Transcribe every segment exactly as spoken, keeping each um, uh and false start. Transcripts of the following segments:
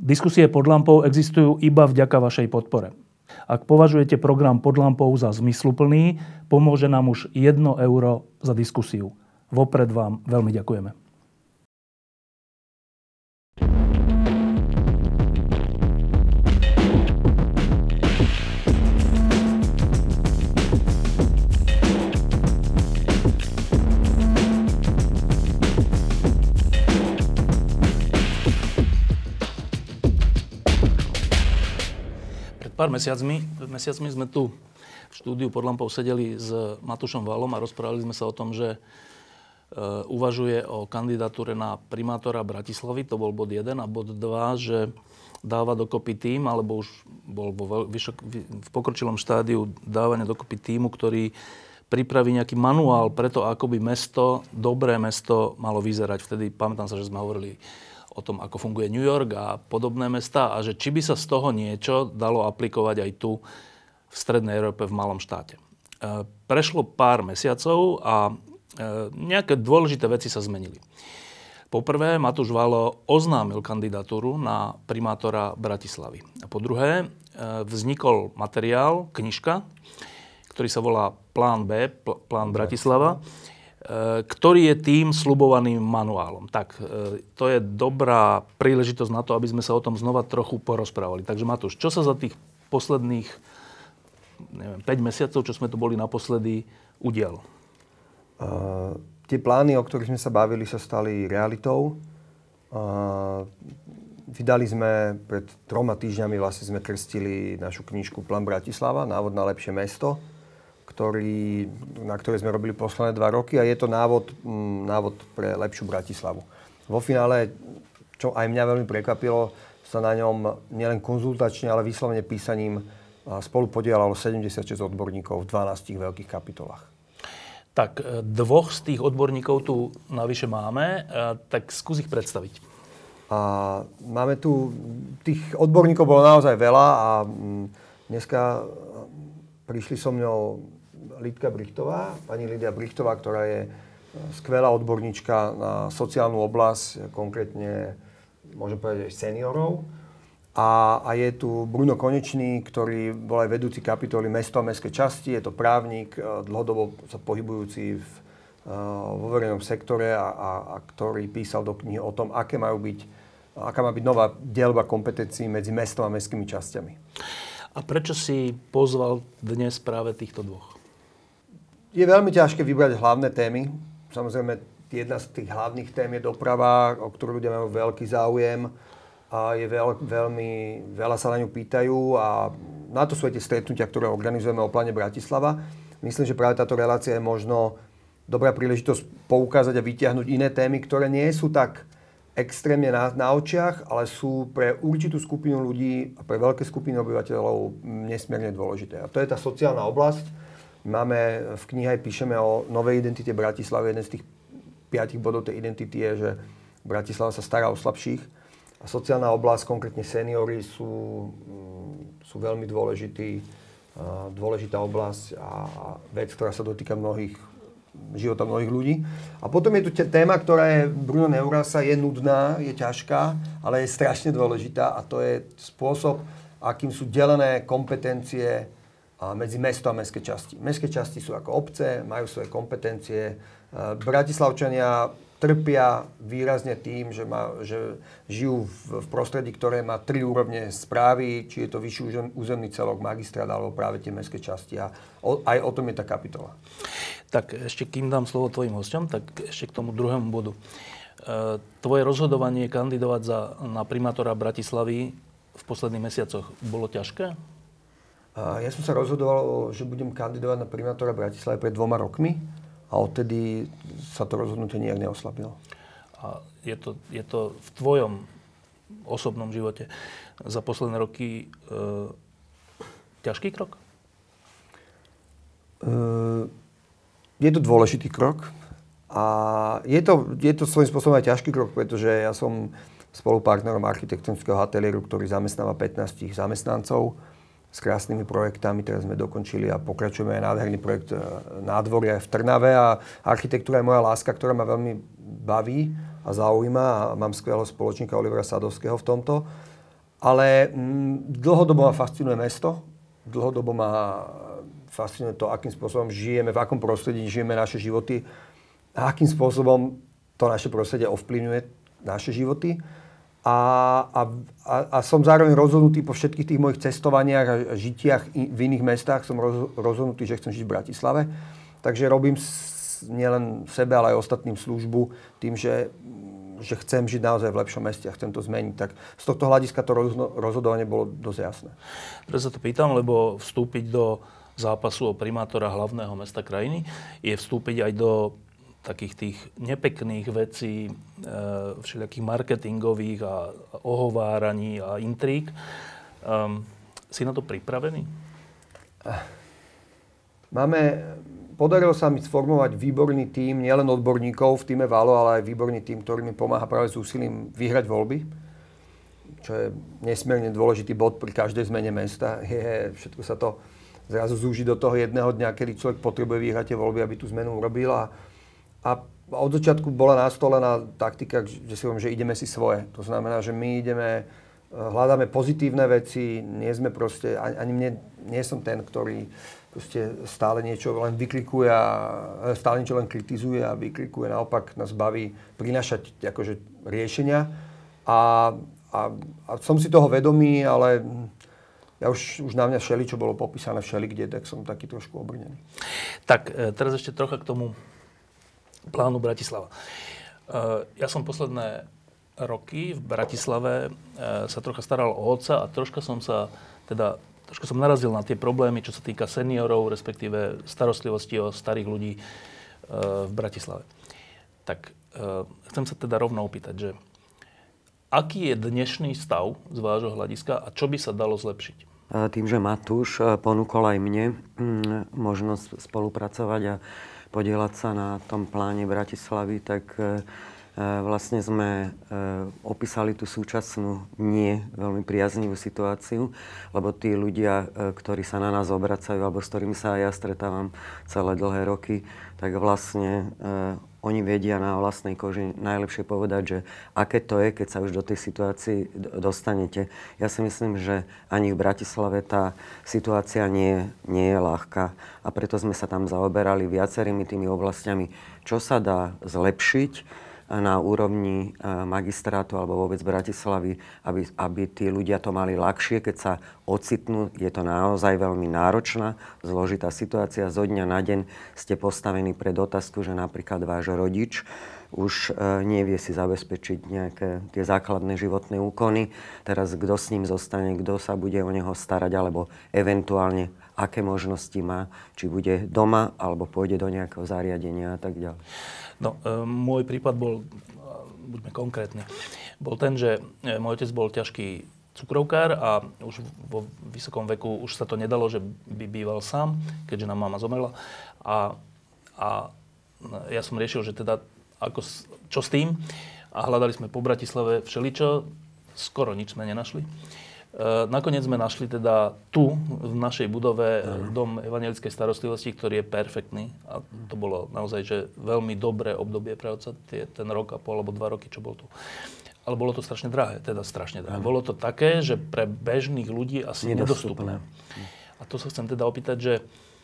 Diskusie pod lampou existujú iba vďaka vašej podpore. Ak považujete program Pod lampou za zmysluplný, pomôže nám už jedno euro za diskusiu. Vopred vám veľmi ďakujeme. Pár mesiacmi, mesiacmi sme tu v štúdiu Pod lampou sedeli s Matúšom Valom a rozprávali sme sa o tom, že e, uvažuje o kandidatúre na primátora Bratislavy, to bol bod jeden, a bod dva, že dáva dokopy tým, alebo už bol vo vyšok, v pokročilom štádiu dávania dokopy týmu, ktorý pripraví nejaký manuál pre to, ako by mesto, dobré mesto, malo vyzerať. Vtedy pamätám sa, že sme hovorili o tom, ako funguje New York a podobné mestá a že či by sa z toho niečo dalo aplikovať aj tu v Strednej Európe, v malom štáte. E, prešlo pár mesiacov a e, nejaké dôležité veci sa zmenili. Poprvé, Matúš Valo oznámil kandidatúru na primátora Bratislavy. A po druhé, e, vznikol materiál, knižka, ktorý sa volá Plán B, pl- Plán Bratislava, ktorý je tým sľubovaným manuálom. Tak, to je dobrá príležitosť na to, aby sme sa o tom znova trochu porozprávali. Takže Matúš, čo sa za tých posledných neviem, päť mesiacov, čo sme tu boli naposledy, udialo? Uh, tie plány, o ktorých sme sa bavili, sa stali realitou. Uh, vydali sme pred troma týždňami, vlastne sme krstili našu knižku Plán Bratislava, návod na lepšie mesto, Ktorý, na ktoré sme robili posledné dva roky a je to návod, m, návod pre lepšiu Bratislavu. Vo finále, čo aj mňa veľmi prekvapilo, sa na ňom nielen konzultačne, ale výslovne písaním spolu podielalo sedemdesiatšesť odborníkov v dvanástich veľkých kapitolách. Tak dvoch z tých odborníkov tu navyše máme, tak skús ich predstaviť. A máme tu, tých odborníkov bolo naozaj veľa a dneska prišli so mňou Lidka Brichtová, pani Lidia Brichtová, ktorá je skvelá odborníčka na sociálnu oblasť, konkrétne, môžem povedať, aj seniorov. A, a je tu Bruno Konečný, ktorý bol aj vedúci kapitoly Mesto a mestské časti. Je to právnik, dlhodobo sa pohybujúci v, vo verejnom sektore a, a, a ktorý písal do knihy o tom, aké majú byť, aká má byť nová dielba kompetencií medzi mestom a mestskými časťami. A prečo si pozval dnes práve týchto dvoch? Je veľmi ťažké vybrať hlavné témy. Samozrejme, jedna z tých hlavných tém je doprava, o ktorú ľudia majú veľký záujem. A je veľ, veľmi, veľa sa na ňu pýtajú a na to sú aj tie stretnutia, ktoré organizujeme o pláne Bratislava. Myslím, že práve táto relácia je možno dobrá príležitosť poukázať a vytiahnuť iné témy, ktoré nie sú tak extrémne na, na očiach, ale sú pre určitú skupinu ľudí a pre veľké skupiny obyvateľov nesmierne dôležité. A to je tá sociálna oblasť. Máme, v knihe aj píšeme o novej identite Bratislavy. Jeden z tých piatich bodov tej identity je, že Bratislava sa stará o slabších. A sociálna oblasť, konkrétne seniory, sú, sú veľmi dôležitý, dôležitá oblasť a vec, ktorá sa dotýka mnohých života mnohých ľudí. A potom je tu téma, ktorá je Bruno Neurasa, je nudná, je ťažká, ale je strašne dôležitá a to je spôsob, akým sú delené kompetencie medzi mesto a mestské časti. Mestské časti sú ako obce, majú svoje kompetencie. Bratislavčania trpia výrazne tým, že, má, že žijú v, v prostredí, ktoré má tri úrovne správy, či je to vyšší územný celok, magistrát alebo práve tie mestské časti. A o, aj o tom je tá kapitola. Tak ešte kým dám slovo tvojim hosťom, tak ešte k tomu druhému bodu. E, tvoje rozhodovanie kandidovať za, na primátora Bratislavy v posledných mesiacoch bolo ťažké? A ja som sa rozhodoval, že budem kandidovať na primátora Bratislavy pred dvoma rokmi a odtedy sa to rozhodnutie nijak neoslabilo. A je to, je to v tvojom osobnom živote za posledné roky e, ťažký krok? E, je to dôležitý krok a je to, je to svojím spôsobom aj ťažký krok, pretože ja som spolupartnerom architektonického ateliéru, ktorý zamestnáva pätnásť zamestnancov s krásnymi projektami, ktoré sme dokončili a pokračujeme aj nádherný projekt Nádvorie v Trnave a architektúra je moja láska, ktorá ma veľmi baví a zaujíma a mám skvelého spoločníka Olivera Sadovského v tomto. Ale mm, dlhodobo ma fascinuje mesto, dlhodobo ma fascinuje to, akým spôsobom žijeme, v akom prostredí žijeme naše životy a akým spôsobom to naše prostredie ovplyvňuje naše životy. A, a, a, a som zároveň rozhodnutý po všetkých tých mojich cestovaniach a žitiach v iných mestách, som roz, rozhodnutý, že chcem žiť v Bratislave. Takže robím s, nielen sebe, ale aj ostatným službu tým, že, že chcem žiť naozaj v lepšom meste a chcem to zmeniť. Tak z tohto hľadiska to rozhodovanie bolo dosť jasné. Preto sa to pýtam, lebo vstúpiť do zápasu o primátora hlavného mesta krajiny je vstúpiť aj do takých tých nepekných vecí, e, všelijakých marketingových a ohováraní a intríg. Um, si na to pripravený? Máme, podarilo sa mi sformovať výborný tím, nielen odborníkov v týme Valo, ale aj výborný tím, ktorý mi pomáha práve s úsilím vyhrať voľby, čo je nesmierne dôležitý bod pri každej zmene mesta. Je, všetko sa to zrazu zúži do toho jedného dňa, kedy človek potrebuje vyhrať tie voľby, aby tú zmenu urobil. A A od začiatku bola nastolená taktika, že si hovorím, že ideme si svoje. To znamená, že my ideme, hľadáme pozitívne veci, nie sme proste, ani, ani mne, nie som ten, ktorý proste stále niečo len vyklikuje a stále niečo len kritizuje a vyklikuje. Naopak nás baví prinášať akože riešenia. A, a, a som si toho vedomý, ale ja už, už na mňa všeli, čo bolo popísané všelikde, tak som taký trošku obrnený. Tak, teraz ešte trocha k tomu plánu Bratislava. Ja som posledné roky v Bratislave sa trocha staral o otca a troška som sa, teda, troška som narazil na tie problémy, čo sa týka seniorov, respektíve starostlivosti o starých ľudí v Bratislave. Tak chcem sa teda rovno opýtať, že aký je dnešný stav z vášho hľadiska a čo by sa dalo zlepšiť? Tým, že Matúš ponúkol aj mne možnosť spolupracovať a podieľať sa na tom pláne Bratislavy, tak vlastne sme opísali tú súčasnú nie veľmi priaznivú situáciu, lebo tí ľudia, ktorí sa na nás obracajú, alebo s ktorými sa aj ja stretávam celé dlhé roky, tak vlastne oni vedia na vlastnej koži najlepšie povedať, že aké to je, keď sa už do tej situácii dostanete. Ja si myslím, že ani v Bratislave tá situácia nie, nie je ľahká a preto sme sa tam zaoberali viacerými tými oblastiami, čo sa dá zlepšiť na úrovni magistrátu alebo vôbec Bratislavy, aby, aby tí ľudia to mali ľahšie, keď sa ocitnú. Je to naozaj veľmi náročná, zložitá situácia. Zo dňa na deň ste postavení pred otázku, že napríklad váš rodič už nevie si zabezpečiť nejaké tie základné životné úkony. Teraz kto s ním zostane, kto sa bude o neho starať, alebo eventuálne aké možnosti má, či bude doma, alebo pôjde do nejakého zariadenia a tak ďalej. No, e, môj prípad bol, buďme konkrétni, bol ten, že môj otec bol ťažký cukrovkár a už vo vysokom veku už sa to nedalo, že by býval sám, keďže nám mama zomrela. A, a ja som riešil, že teda ako, čo s tým. A hľadali sme po Bratislave všeličo, skoro nič sme nenašli. Nakoniec sme našli teda tu, v našej budove, uh-huh. dom evangelickej starostlivosti, ktorý je perfektný. A to bolo naozaj že veľmi dobré obdobie pre otca, tie, ten rok a pol, alebo dva roky, čo bol tu. Ale bolo to strašne drahé, teda strašne drahé. Uh-huh. Bolo to také, že pre bežných ľudí asi nedostupné. nedostupné. A to sa chcem teda opýtať, že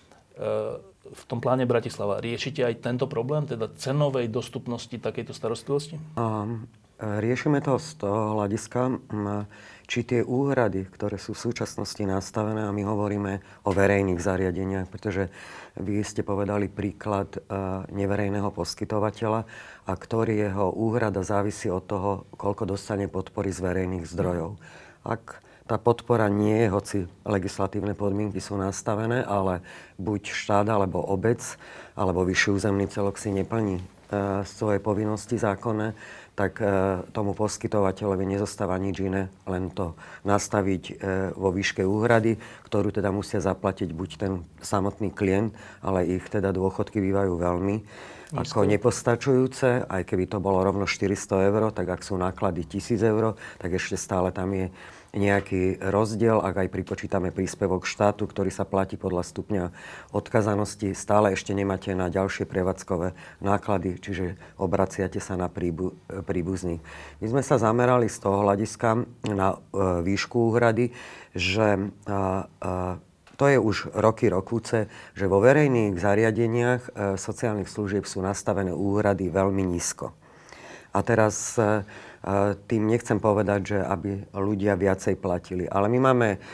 e, v tom pláne Bratislava riešite aj tento problém, teda cenovej dostupnosti takejto starostlivosti? Um, riešime to z toho hľadiska, či tie úhrady, ktoré sú v súčasnosti nastavené, a my hovoríme o verejných zariadeniach, pretože vy ste povedali príklad uh, neverejného poskytovateľa, a ktorý jeho úhrada závisí od toho, koľko dostane podpory z verejných zdrojov. Ak tá podpora nie je, hoci legislatívne podmienky sú nastavené, ale buď štát, alebo obec, alebo vyšší územný celok si neplní e, svoje povinnosti zákonné, tak e, tomu poskytovateľovi nezostáva nič iné, len to nastaviť e, vo výške úhrady, ktorú teda musia zaplatiť buď ten samotný klient, ale ich teda dôchodky bývajú veľmi ako nepostačujúce. Aj keby to bolo rovno štyristo eur, tak ak sú náklady tisíc eur, tak ešte stále tam je nejaký rozdiel. Ak aj pripočítame príspevok štátu, ktorý sa platí podľa stupňa odkazanosti, stále ešte nemáte na ďalšie prevádzkové náklady, čiže obraciate sa na príbu, príbuzných. My sme sa zamerali z toho hľadiska na e, výšku úhrady, že a, a, to je už roky rokúce, že vo verejných zariadeniach e, sociálnych služieb sú nastavené úhrady veľmi nízko. A teraz e, tým nechcem povedať, že aby ľudia viacej platili. Ale my máme e,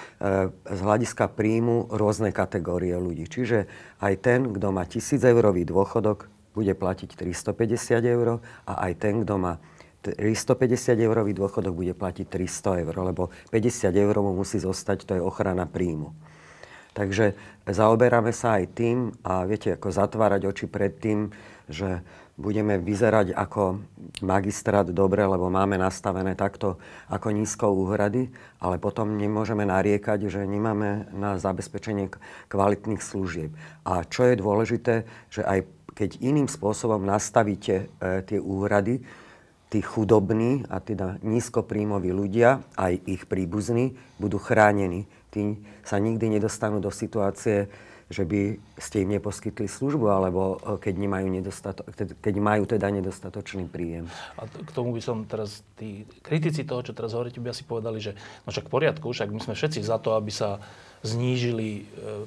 z hľadiska príjmu rôzne kategórie ľudí. Čiže aj ten, kto má tisíc eurový dôchodok, bude platiť tristopäťdesiat eur a aj ten, kto má tristopäťdesiat eurový dôchodok, bude platiť tristo eur, lebo päťdesiat eur mu musí zostať, to je ochrana príjmu. Takže zaoberáme sa aj tým a viete, ako zatvárať oči pred tým, že budeme vyzerať ako magistrát dobre, lebo máme nastavené takto ako nízko úhrady, ale potom nemôžeme nariekať, že nemáme na zabezpečenie kvalitných služieb. A čo je dôležité, že aj keď iným spôsobom nastavíte e, tie úhrady, tí chudobní a teda nízkopríjmoví ľudia, aj ich príbuzní, budú chránení. Tí sa nikdy nedostanú do situácie, že by ste im neposkytli službu, alebo keď, nemajú nedostato- keď majú teda nedostatočný príjem. A k tomu by som teraz, tí kritici toho, čo teraz hovoríte, by asi povedali, že no však v poriadku, však my sme všetci za to, aby sa znížili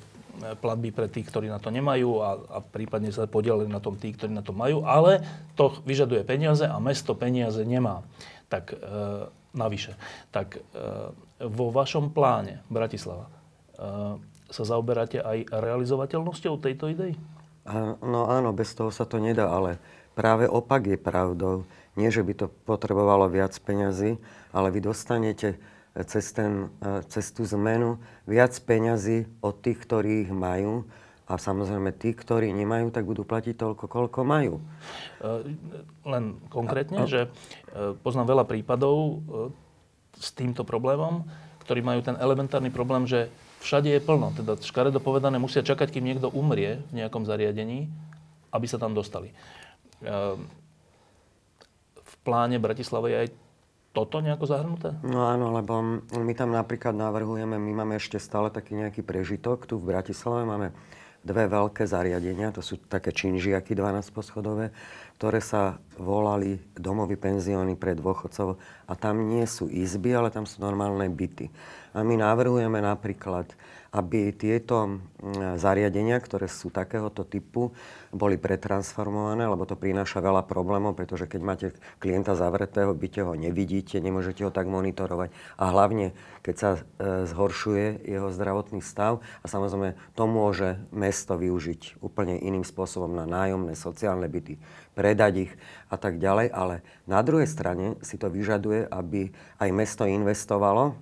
e, platby pre tých, ktorí na to nemajú a, a prípadne sa podielili na tom tí, ktorí na to majú, ale to vyžaduje peniaze a mesto peniaze nemá. Tak e, navyše. Tak e, vo vašom pláne Bratislava e, sa zaoberáte aj realizovateľnosťou tejto idei? No áno, bez toho sa to nedá, ale práve opak je pravdou. Nie, že by to potrebovalo viac peňazí, ale vy dostanete cez, ten, cez tú zmenu viac peňazí od tých, ktorí ich majú. A samozrejme tí, ktorí nemajú, tak budú platiť toľko, koľko majú. Len konkrétne, a, a... že poznám veľa prípadov s týmto problémom, ktorí majú ten elementárny problém, že všade je plno, teda škaredo povedané, musia čakať, kým niekto umrie v nejakom zariadení, aby sa tam dostali. V pláne Bratislava je aj toto nejako zahrnuté? No áno, lebo my tam napríklad navrhujeme, my máme ešte stále taký nejaký prežitok tu v Bratislave, máme dve veľké zariadenia, to sú také činžiaky dvanásťposchodové, ktoré sa volali domovy penzióny pre dôchodcov a tam nie sú izby, ale tam sú normálne byty. A my navrhujeme napríklad, aby tieto zariadenia, ktoré sú takéhoto typu, boli pretransformované, lebo to prináša veľa problémov, pretože keď máte klienta zavretého v byte, ho nevidíte, nemôžete ho tak monitorovať. A hlavne, keď sa e, zhoršuje jeho zdravotný stav a samozrejme to môže mesto využiť úplne iným spôsobom na nájomné sociálne byty, predať ich a tak ďalej. Ale na druhej strane si to vyžaduje, aby aj mesto investovalo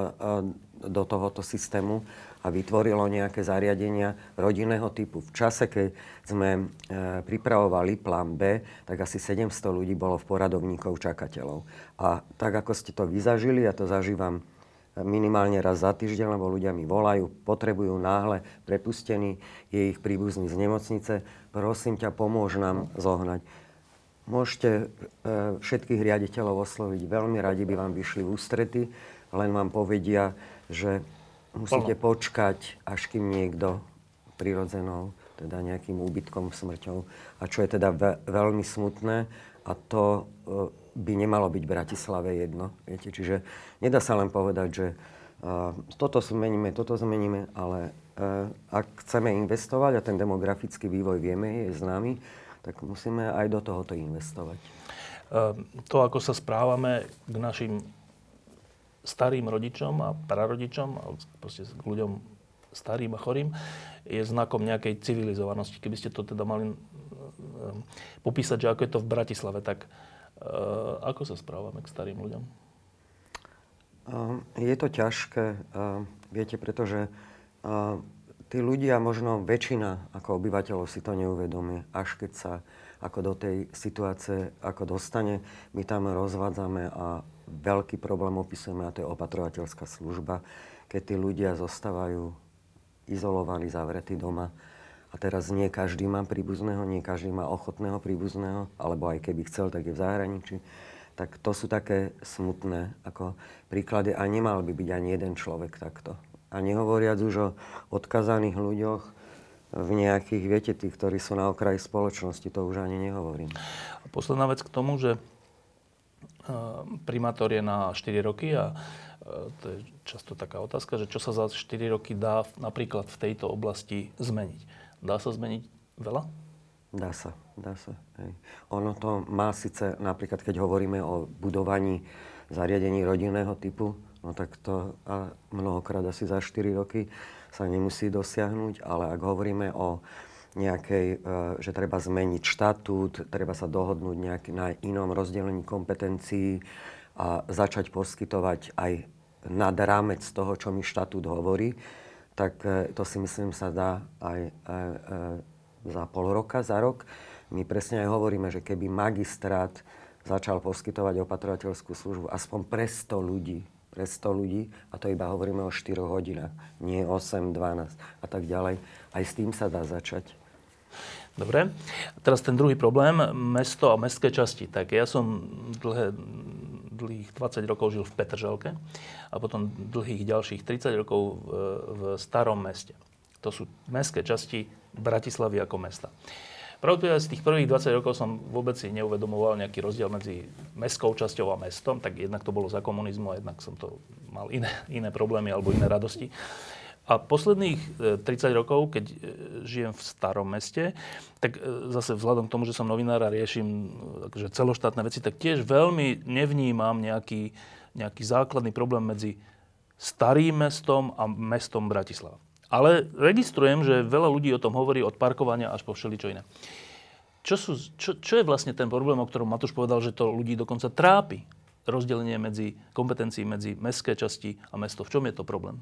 do tohoto systému a vytvorilo nejaké zariadenia rodinného typu. V čase, keď sme e, pripravovali plán B, tak asi sedemsto ľudí bolo v poradovníkov čakateľov. A tak, ako ste to vyzažili, ja to zažívam minimálne raz za týždeň, lebo ľudia mi volajú, potrebujú náhle prepustený, je ich príbuzný z nemocnice, prosím ťa, pomôž nám zohnať. Môžete e, všetkých riaditeľov osloviť, veľmi radi by vám vyšli v ústrety, len vám povedia, že musíte Plno. počkať, až kým niekto prirodzenou, teda nejakým úbytkom, smrťou. A čo je teda ve- veľmi smutné, a to e, by nemalo byť v Bratislave jedno. Viete? Čiže nedá sa len povedať, že e, toto zmeníme, toto zmeníme, ale e, ak chceme investovať, a ten demografický vývoj vieme, je známy, tak musíme aj do tohoto investovať. E, to, ako sa správame k našim starým rodičom a prarodičom, a proste k ľuďom starým a chorým, je znakom nejakej civilizovanosti. Keby ste to teda mali popísať, že ako je to v Bratislave, tak uh, ako sa správame k starým ľuďom? Uh, je to ťažké, uh, viete, pretože uh, tí ľudia, možno väčšina ako obyvateľov si to neuvedomí, až keď sa ako do tej situácie ako dostane. My tam rozvádzame a veľký problém opisujeme, a to je opatrovateľská služba, keď tí ľudia zostávajú izolovaní, zavretí doma. A A teraz nie každý má príbuzného, nie každý má ochotného príbuzného, alebo aj keby chcel, tak je v zahraničí. Tak to sú také smutné ako príklady a nemal by byť ani jeden človek takto. A nehovoriac už o odkazaných ľuďoch v nejakých, viete, tí, ktorí sú na okraji spoločnosti, to už ani nehovorím. A posledná vec k tomu, že primátor je na štyri roky a to je často taká otázka, že čo sa za štyri roky dá napríklad v tejto oblasti zmeniť. Dá sa zmeniť veľa? Dá sa, dá sa. Hej. Ono to má síce, napríklad keď hovoríme o budovaní zariadení rodinného typu, no tak to a mnohokrát asi za štyri roky sa nemusí dosiahnuť, ale ak hovoríme o nejakej, že treba zmeniť štatút, treba sa dohodnúť nejak na inom rozdelení kompetencií a začať poskytovať aj nad rámec toho, čo mi štatút hovorí, tak to si myslím sa dá aj, aj, aj za pol roka, za rok. My presne aj hovoríme, že keby magistrát začal poskytovať opatrovateľskú službu aspoň pre sto ľudí, pre sto ľudí, a to iba hovoríme o štyroch hodinách, nie osem, dvanásť a tak ďalej, aj s tým sa dá začať. Dobre. A teraz ten druhý problém, mesto a mestské časti. Tak ja som dlhé, dlhých dvadsať rokov žil v Petržalke a potom dlhých ďalších tridsať rokov v, v Starom meste. To sú mestské časti Bratislavy ako mesta. Pravdepodobne z tých prvých dvadsať rokov som vôbec si neuvedomoval nejaký rozdiel medzi mestskou časťou a mestom, tak jednak to bolo za komunizmu a jednak som to mal iné, iné problémy alebo iné radosti. A posledných tridsať rokov, keď žijem v Starom meste, tak zase vzhľadom k tomu, že som novinár a riešim že celoštátne veci, tak tiež veľmi nevnímam nejaký, nejaký základný problém medzi Starým mestom a mestom Bratislava. Ale registrujem, že veľa ľudí o tom hovorí od parkovania až po všeličo iné. Čo, sú, čo, čo je vlastne ten problém, o ktorom Matúš povedal, že to ľudí dokonca trápi? Rozdelenie medzi kompetencií medzi mestské časti a mesto. V čom je to problém?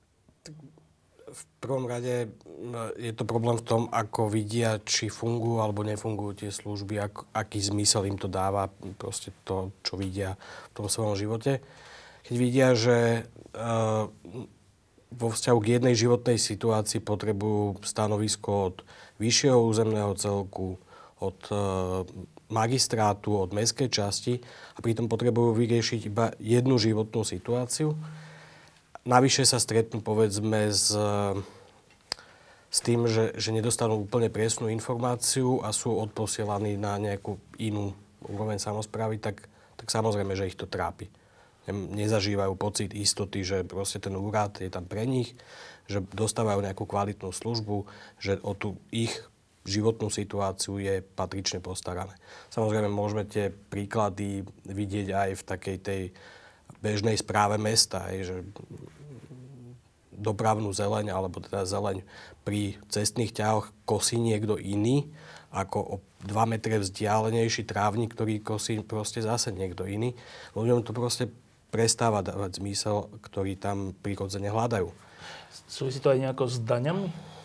V prvom rade je to problém v tom, ako vidia, či fungujú alebo nefungujú tie služby, ak, aký zmysel im to dáva, proste to, čo vidia v tom svojom živote. Keď vidia, že uh, vo vzťahu k jednej životnej situácii potrebujú stanovisko od vyššieho územného celku, od uh, magistrátu, od mestskej časti a pritom potrebujú vyriešiť iba jednu životnú situáciu. Navyše sa stretnú, povedzme, s, s tým, že, že nedostanú úplne presnú informáciu a sú odposielaní na nejakú inú úroveň samosprávy, tak, tak samozrejme, že ich to trápi. Nezažívajú pocit istoty, že proste ten úrad je tam pre nich, že dostávajú nejakú kvalitnú službu, že o tú ich životnú situáciu je patrične postarané. Samozrejme, môžeme tie príklady vidieť aj v takej tej bežnej správe mesta, že dopravnú zeleň, alebo teda zeleň pri cestných ťahoch kosí niekto iný, ako o dva metre vzdialenejší trávnik, ktorý kosí proste zase niekto iný. Ľuďom to proste prestáva dávať zmysel, ktorý tam prirodzene hľadajú. Súvisí to aj nejako s daňami?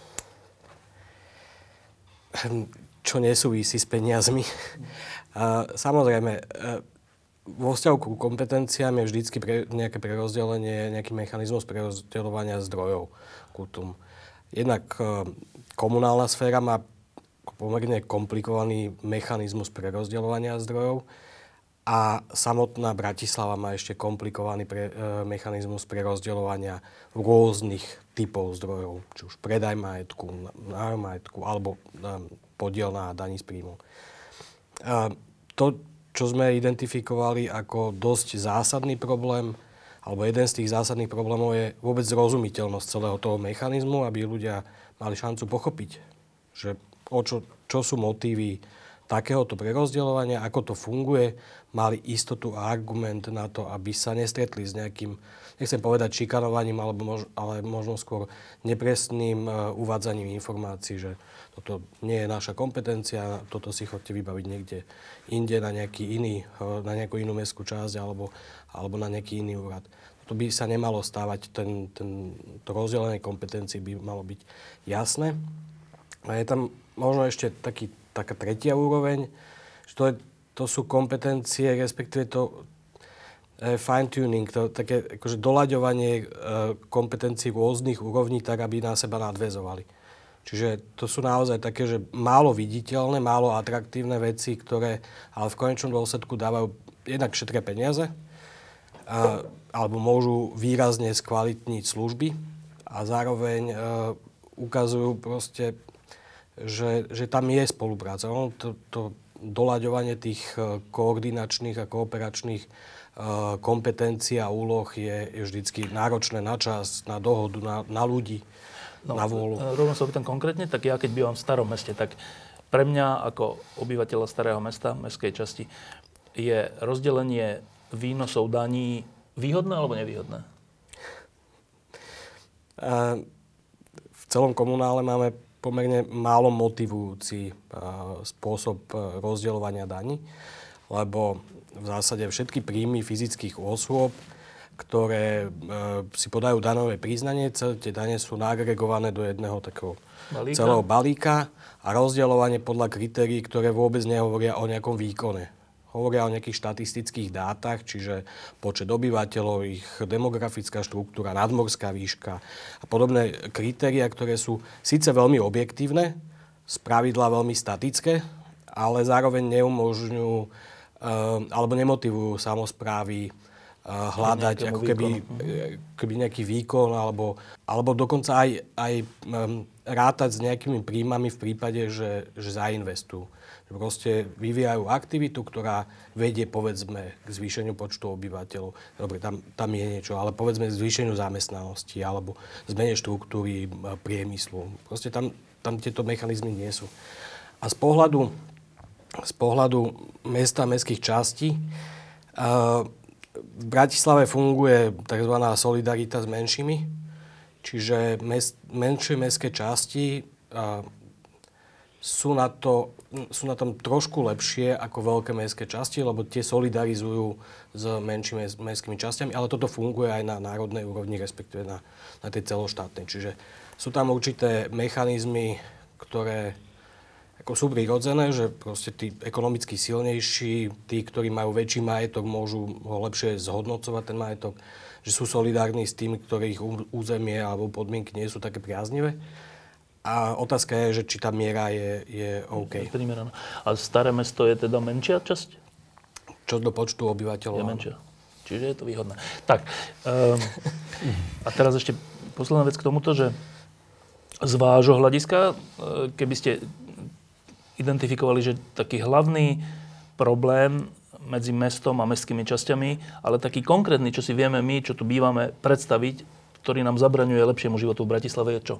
Čo nesúvisí s peniazmi. Samozrejme, vo vzťahu k kompetenciám je vždycky pre, nejaké prerozdelenie, nejaký mechanizmus prerozdeľovania zdrojov. Kultum. Jednak e, komunálna sféra má pomerne komplikovaný mechanizmus prerozdeľovania zdrojov a samotná Bratislava má ešte komplikovaný pre, e, mechanizmus prerozdeľovania rôznych typov zdrojov, či už predaj majetku, nájom majetku alebo e, podiel na daní z príjmu. E, to čo sme identifikovali ako dosť zásadný problém, alebo jeden z tých zásadných problémov je vôbec zrozumiteľnosť celého toho mechanizmu, aby ľudia mali šancu pochopiť, že o čo, čo sú motívy takéhoto prerozdeľovania, ako to funguje, mali istotu a argument na to, aby sa nestretli s nejakým, nechcem povedať šikanovaním, alebo mož, ale možno skôr nepresným uh, uvádzaním informácií, že toto nie je naša kompetencia, toto si chodte vybaviť niekde inde na nejaký iný, uh, na nejakú inú mestskú časť alebo, alebo na nejaký iný úrad. To by sa nemalo stávať, ten, ten, to rozdelenie kompetencií by malo byť jasné. A je tam možno ešte taký, taká tretia úroveň, že to, je, to sú kompetencie, respektíve to e, fine-tuning, to také akože doľaďovanie e, kompetencií rôznych úrovní tak, aby na seba nadväzovali. Čiže to sú naozaj také, že málo viditeľné, málo atraktívne veci, ktoré ale v konečnom dôsledku dávajú jednak šetria peniaze, a, alebo môžu výrazne skvalitniť služby a zároveň e, ukazujú proste, že, že tam je spolupráca. No, to, to doľaďovanie tých koordinačných a kooperačných kompetencií a úloh je, je vždycky náročné na čas, na dohodu, na, na ľudí, no, na vôľu. Rovno sa opýtam konkrétne, tak ja keď bývam v starom meste, tak pre mňa ako obyvateľa starého mesta, mestskej časti, je rozdelenie výnosov daní výhodné alebo nevýhodné? V celom komunále máme pomerne málo motivujúci spôsob rozdeľovania daní, lebo v zásade všetky príjmy fyzických osôb, ktoré e, si podajú daňové priznanie, tie dane sú naagregované do jedného takého balíka. celého balíka a rozdeľovanie podľa kritérií, ktoré vôbec nehovoria o nejakom výkone. Hovoria o nejakých štatistických dátach, čiže počet obyvateľov, ich demografická štruktúra, nadmorská výška a podobné kritériá, ktoré sú síce veľmi objektívne, spravidla veľmi statické, ale zároveň neumožňujú alebo nemotivujú samosprávy hľadať ako keby, keby nejaký výkon alebo, alebo dokonca aj, aj rátať s nejakými príjmami v prípade, že, že zainvestujú. Proste vyvíjajú aktivitu, ktorá vedie, povedzme, k zvýšeniu počtu obyvateľov. Dobre, tam, tam je niečo, ale povedzme k zvýšeniu zamestnanosti alebo zmene štruktúry priemyslu. Proste tam, tam tieto mechanizmy nie sú. A z pohľadu Z pohľadu mesta a mestských častí v Bratislave funguje tzv. Solidarita s menšími, čiže mest, menšie mestské časti sú na, to, sú na tom trošku lepšie ako veľké mestské časti, lebo tie solidarizujú s menšími mestskými častiami, ale toto funguje aj na národnej úrovni, respektíve na, na tej celoštátnej. Čiže sú tam určité mechanizmy, ktoré ako sú prirodzené, že proste tí ekonomicky silnejší, tí, ktorí majú väčší majetok, môžu ho lepšie zhodnocovať ten majetok, že sú solidárni s tými, ktorých územie alebo podmienky nie sú také priaznivé. A otázka je, že či tá miera je, je OK. A staré mesto je teda menšia časť? Čo do počtu obyvateľov? Je menšia. Čiže je to výhodné. Tak, um, a teraz ešte posledná vec k tomuto, že z vášho hľadiska, keby ste identifikovali, že taký hlavný problém medzi mestom a mestskými časťami, ale taký konkrétny, čo si vieme my, čo tu bývame, predstaviť, ktorý nám zabraňuje lepšiemu životu v Bratislave, je čo?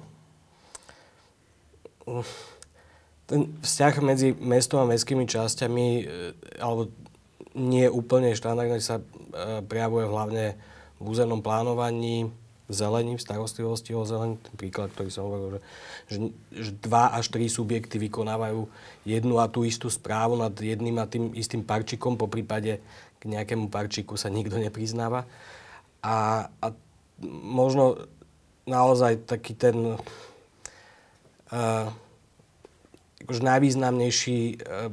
Ten vzťah medzi mestom a mestskými časťami, alebo nie úplne štandardne, sa prejavuje hlavne v územnom plánovaní, v zelení, v starostlivosti o zeleň. Ten príklad, ktorý som hovoril, že, že, že dva až tri subjekty vykonávajú jednu a tú istú správu nad jedným a tým istým parčikom, po prípade k nejakému parčiku sa nikto nepriznáva. A, a možno naozaj taký ten uh, akože najvýznamnejší uh,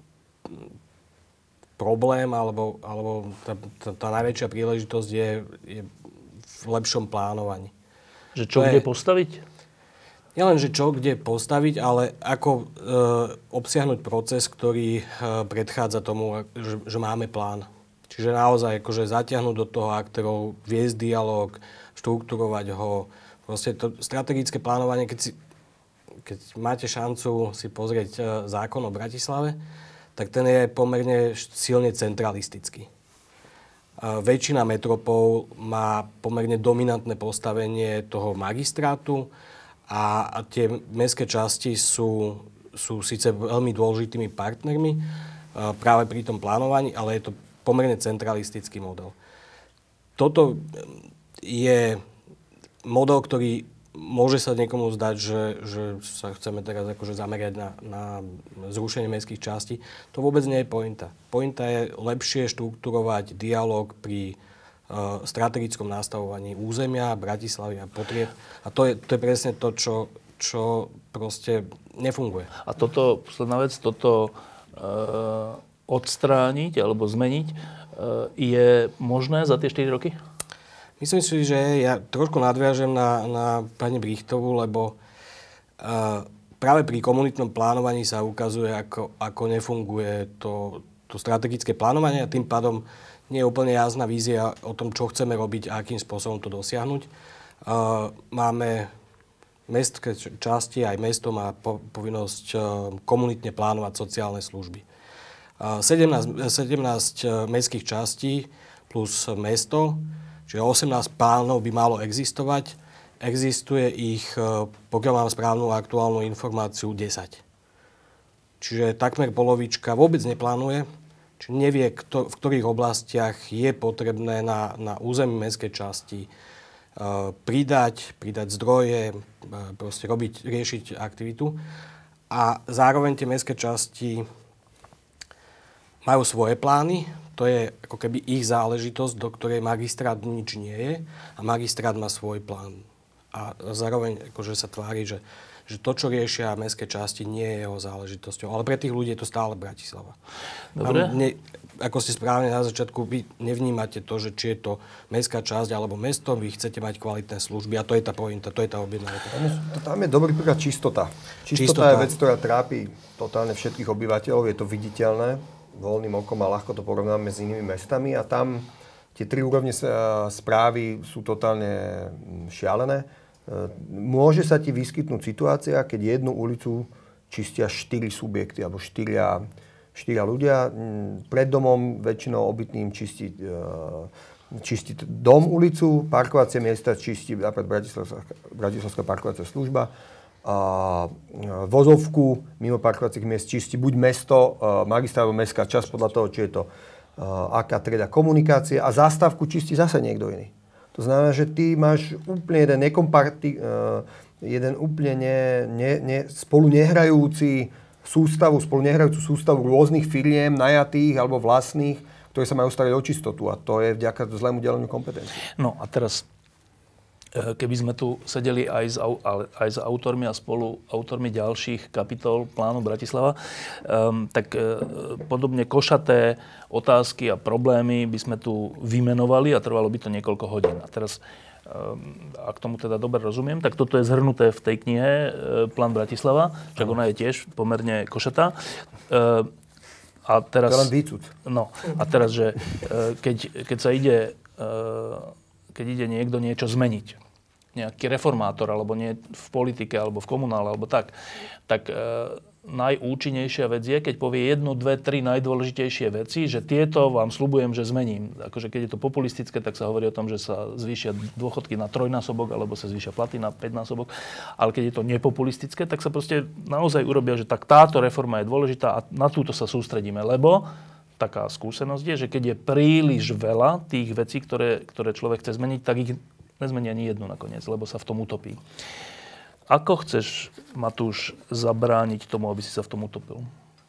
problém alebo, alebo tá, tá, tá najväčšia príležitosť je, je v lepšom plánovaní. Že čo kde je, postaviť? Nielen, že čo kde postaviť, ale ako e, obsiahnuť proces, ktorý e, predchádza tomu, že, že máme plán. Čiže naozaj akože zatiahnuť do toho aktérov, viesť dialog, štruktúrovať ho. Proste to strategické plánovanie, keď, si, keď máte šancu si pozrieť e, zákon o Bratislave, tak ten je pomerne silne centralistický. Väčšina metropol má pomerne dominantné postavenie toho magistrátu a, a tie mestské časti sú, sú síce veľmi dôležitými partnermi práve pri tom plánovaní, ale je to pomerne centralistický model. Toto je model, ktorý môže sa niekomu zdať, že, že sa chceme teraz akože zamerať na, na zrušenie mestských častí. To vôbec nie je pointa. Pointa je lepšie štruktúrovať dialog pri uh, strategickom nastavovaní územia, Bratislavy a potrieb. A to je, to je presne to, čo, čo proste nefunguje. A toto, posledná vec, toto uh, odstrániť alebo zmeniť uh, je možné za tie štyri roky? Myslím si, že ja trošku nadviažem na, na pani Brichtovú, lebo práve pri komunitnom plánovaní sa ukazuje, ako, ako nefunguje to, to strategické plánovanie a tým pádom nie je úplne jasná vízia o tom, čo chceme robiť a akým spôsobom to dosiahnuť. Máme mestské časti, aj mesto má po, povinnosť komunitne plánovať sociálne služby. sedemnásť, sedemnásť mestských častí plus mesto, čiže osemnásť plánov by malo existovať. Existuje ich, pokiaľ mám správnu aktuálnu informáciu, desať. Čiže takmer polovička vôbec neplánuje, čiže nevie, kto, v ktorých oblastiach je potrebné na, na území mestskej časti uh, pridať, pridať zdroje, uh, proste robiť, riešiť aktivitu. A zároveň tie mestské časti majú svoje plány, to je ako keby ich záležitosť, do ktorej magistrát nič nie je a magistrát má svoj plán. A zároveň akože sa tvári, že, že to, čo riešia mestské časti, nie je jeho záležitosťou. Ale pre tých ľudí je to stále Bratislava. Dobre. Ne, ako ste správne na začiatku, vy nevnímate to, že či je to mestská časť alebo mesto, vy chcete mať kvalitné služby a to je tá pointa, to je tá objednávka. Tam je, tam je dobrý príklad čistota. Čistota. Čistota je vec, ktorá trápi totálne všetkých obyvateľov, je to viditeľné. Voľným okom a ľahko to porovnáme s inými mestami a tam tie tri úrovne správy sú totálne šialené. Môže sa ti vyskytnúť situácia, keď jednu ulicu čistia štyri subjekty alebo štyria, štyria ľudia. Pred domom väčšinou obytným čistí, čistí dom, ulicu, parkovacie miesta čistí napríklad Bratislavská, Bratislavská parkovacia služba. A vozovku mimo parkovacích miest čistí buď mesto, magistrát alebo mestská časť podľa toho, či je to aká trieda komunikácie a zástavku čistí zase niekto iný. To znamená, že ty máš úplne jeden nekomparti, jeden úplne ne, ne, ne, spolu nehrajúci sústavu, spolu nehrajúcu sústavu rôznych firiem, najatých alebo vlastných, ktoré sa majú starať o čistotu a to je vďaka zlému deleniu kompetencií. No a teraz keby sme tu sedeli aj s, aj s autormi a spolu autormi ďalších kapitol plánu Bratislava, um, tak uh, podobne košaté otázky a problémy by sme tu vymenovali a trvalo by to niekoľko hodín. A teraz, um, ak tomu teda dobre rozumiem, tak toto je zhrnuté v tej knihe uh, Plán Bratislava, však ona je tiež pomerne košatá. Uh, a teraz, to je len výcud. No, a teraz, že uh, keď, keď sa ide... Uh, keď ide niekto niečo zmeniť, nejaký reformátor, alebo nie v politike, alebo v komunále, alebo tak, tak e, najúčinnejšia vec je, keď povie jednu, dve, tri najdôležitejšie veci, že tieto vám sľubujem, že zmením. Akože keď je to populistické, tak sa hovorí o tom, že sa zvýšia dôchodky na trojnásobok, alebo sa zvýšia platy na päťnásobok. Ale keď je to nepopulistické, tak sa proste naozaj urobia, že tak táto reforma je dôležitá a na túto sa sústredíme, lebo taká skúsenosť je, že keď je príliš veľa tých vecí, ktoré, ktoré človek chce zmeniť, tak ich nezmení ani jednu nakoniec, lebo sa v tom utopí. Ako chceš, Matúš, zabrániť tomu, aby si sa v tom utopil?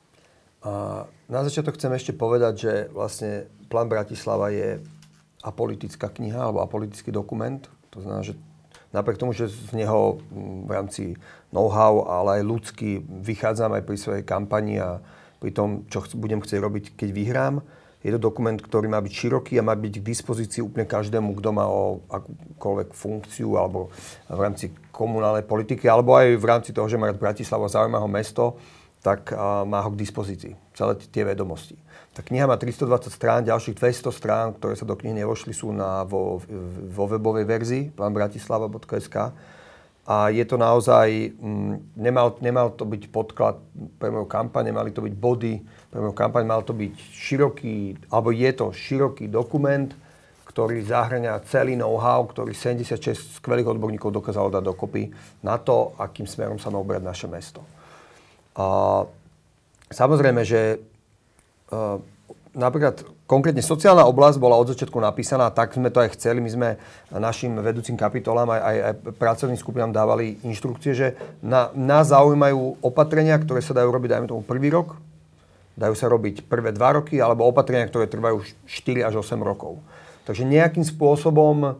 A na začiatok chcem ešte povedať, že vlastne Plán Bratislava je apolitická kniha alebo apolitický dokument. To znamená, že napriek tomu, že z neho v rámci know-how, ale aj ľudský vychádzam aj pri svojej kampani a pri tom, čo budem chcieť robiť, keď vyhrám. Je to dokument, ktorý má byť široký a má byť k dispozícii úplne každému, kto má o akúkoľvek funkciu alebo v rámci komunálnej politiky, alebo aj v rámci toho, že má rád Bratislavu a zaujíma ho mesto, tak uh, má ho k dispozícii. Celé tie vedomosti. Tá kniha má tristodvadsať strán, ďalších dvesto strán, ktoré sa do knihy nevošli, sú na, vo, vo webovej verzii plán bratislava bodka es ká. A je to naozaj, mm, nemal, nemal to byť podklad pre moju kampaň, nemali to byť body pre moju kampaň, mal to byť široký, alebo je to široký dokument, ktorý zahŕňa celý know-how, ktorý sedemdesiatšesť skvelých odborníkov dokázalo dať dokopy na to, akým smerom sa má uberať naše mesto. A samozrejme, že uh, napríklad konkrétne sociálna oblasť bola od začiatku napísaná, tak sme to aj chceli. My sme našim vedúcim kapitolám aj, aj, aj pracovným skupinám dávali inštrukcie, že na, nás zaujímajú opatrenia, ktoré sa dajú robiť, dajme tomu prvý rok, dajú sa robiť prvé dva roky, alebo opatrenia, ktoré trvajú štyri až osem rokov. Takže nejakým spôsobom uh,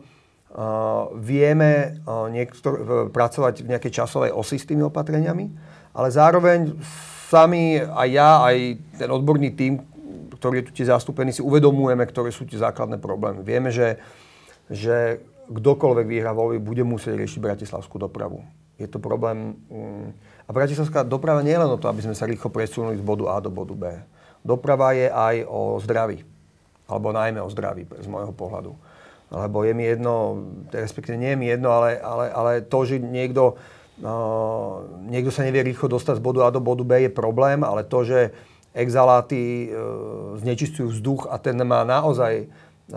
vieme uh, niektor- pracovať v nejakej časovej osi s tými opatreniami, ale zároveň sami aj ja, aj ten odborný tím, ktorý je tu tie zastúpení, si uvedomujeme, ktoré sú tie základné problémy. Vieme, že, že kdokoľvek vyhrá voľby, bude musieť riešiť bratislavskú dopravu. Je to problém... A bratislavská doprava nie je len o to, aby sme sa rýchlo presunuli z bodu A do bodu B. Doprava je aj o zdraví. Alebo najmä o zdraví, z môjho pohľadu. Lebo je mi jedno, respektíve nie je mi jedno, ale, ale, ale to, že niekto, uh, niekto sa nevie rýchlo dostať z bodu A do bodu B je problém, ale to, že exhaláty uh, znečistujú vzduch a ten má naozaj uh,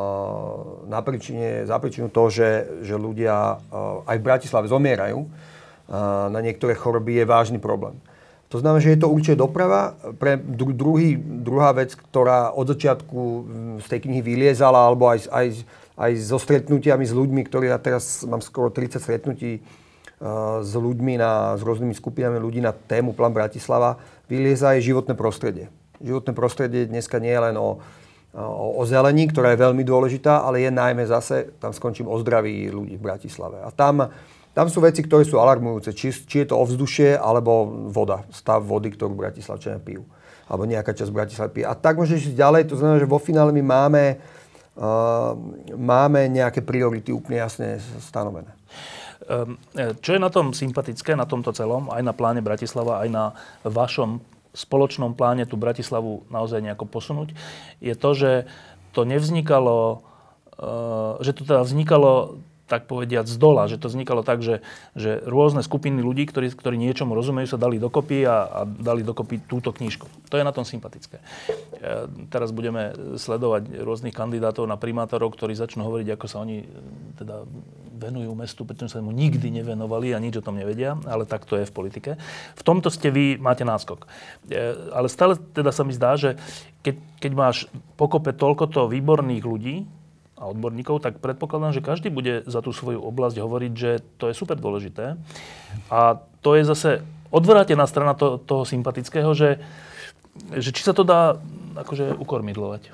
na príčine, za príčinu to, že, že ľudia uh, aj v Bratislave zomierajú uh, na niektoré choroby, je vážny problém. To znamená, že je to určite doprava. Pre dru- druhý, druhá vec, ktorá od začiatku z tej knihy vyliezala, alebo aj, aj, aj so stretnutiami s ľuďmi, ktorí ja teraz mám skoro tridsať stretnutí uh, s ľuďmi, na, s rôznymi skupinami ľudí na tému Plán Bratislava, vylieza aj životné prostredie. Životné prostredie dneska nie je len o, o, o zelení, ktorá je veľmi dôležitá, ale je najmä zase, tam skončím, o zdraví ľudí v Bratislave. A tam... Tam sú veci, ktoré sú alarmujúce. Či, či je to ovzdušie, alebo voda. Stav vody, ktorú Bratislavčania pijú. Alebo nejaká časť Bratislavy pije. A tak môžeš ísť ďalej. To znamená, že vo finále my máme, uh, máme nejaké priority úplne jasne stanovené. Čo je na tom sympatické, na tomto celom, aj na pláne Bratislava, aj na vašom spoločnom pláne tú Bratislavu naozaj nejako posunúť, je to, že to nevznikalo, uh, že to teda vznikalo tak povediať z dola, že to vznikalo tak, že, že rôzne skupiny ľudí, ktorí, ktorí niečomu rozumejú, sa dali dokopy a, a dali dokopy túto knižku. To je na tom sympatické. E, teraz budeme sledovať rôznych kandidátov na primátorov, ktorí začnú hovoriť, ako sa oni teda venujú mestu, pretože sa mu nikdy nevenovali a nič o tom nevedia, ale tak to je v politike. V tomto ste vy, máte náskok. E, ale stále teda sa mi zdá, že keď, keď máš pokope toľkoto výborných ľudí, a odborníkov, tak predpokladám, že každý bude za tú svoju oblasť hovoriť, že to je super dôležité. A to je zase odvrátená strana to, toho sympatického, že, že či sa to dá akože ukormidlovať.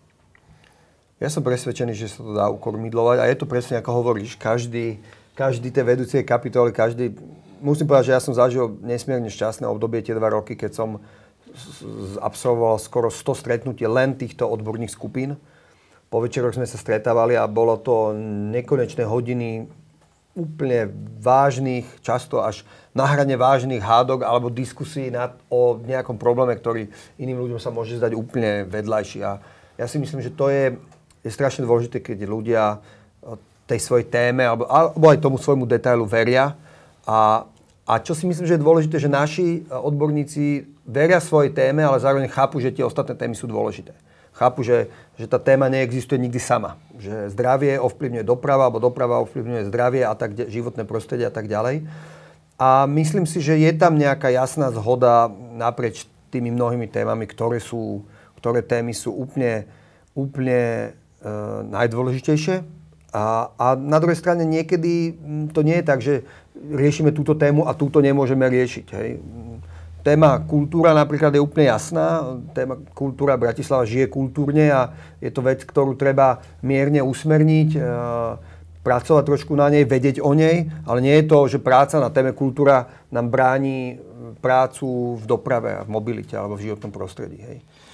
Ja som presvedčený, že sa to dá ukormidlovať a je to presne ako hovoríš. Každý, každý tie vedúcie kapitoly, každý... Musím povedať, že ja som zažil nesmierne šťastné obdobie tie dva roky, keď som absolvoval skoro sto stretnutí len týchto odborných skupín. Po večeroch sme sa stretávali a bolo to nekonečné hodiny úplne vážnych, často až na hrane vážnych hádok alebo diskusí nad, o nejakom probléme, ktorý iným ľuďom sa môže zdať úplne vedľajší. A ja si myslím, že to je, je strašne dôležité, keď ľudia tej svojej téme alebo, alebo aj tomu svojmu detailu veria. A, a čo si myslím, že je dôležité, že naši odborníci veria svojej téme, ale zároveň chápu, že tie ostatné témy sú dôležité. Chápu, že, že tá téma neexistuje nikdy sama. Že zdravie ovplyvňuje doprava, alebo doprava ovplyvňuje zdravie a tak životné prostredie a tak ďalej. A myslím si, že je tam nejaká jasná zhoda naprieč tými mnohými témami, ktoré sú, ktoré témy sú úplne, úplne e, najdôležitejšie. A, a na druhej strane niekedy to nie je tak, že riešime túto tému a túto nemôžeme riešiť. Hej. Téma kultúra napríklad je úplne jasná. Téma kultúra, Bratislava žije kultúrne a je to vec, ktorú treba mierne usmerniť, e, pracovať trošku na nej, vedieť o nej, ale nie je to, že práca na téme kultúra nám bráni prácu v doprave a v mobilite alebo v životnom prostredí. Hej.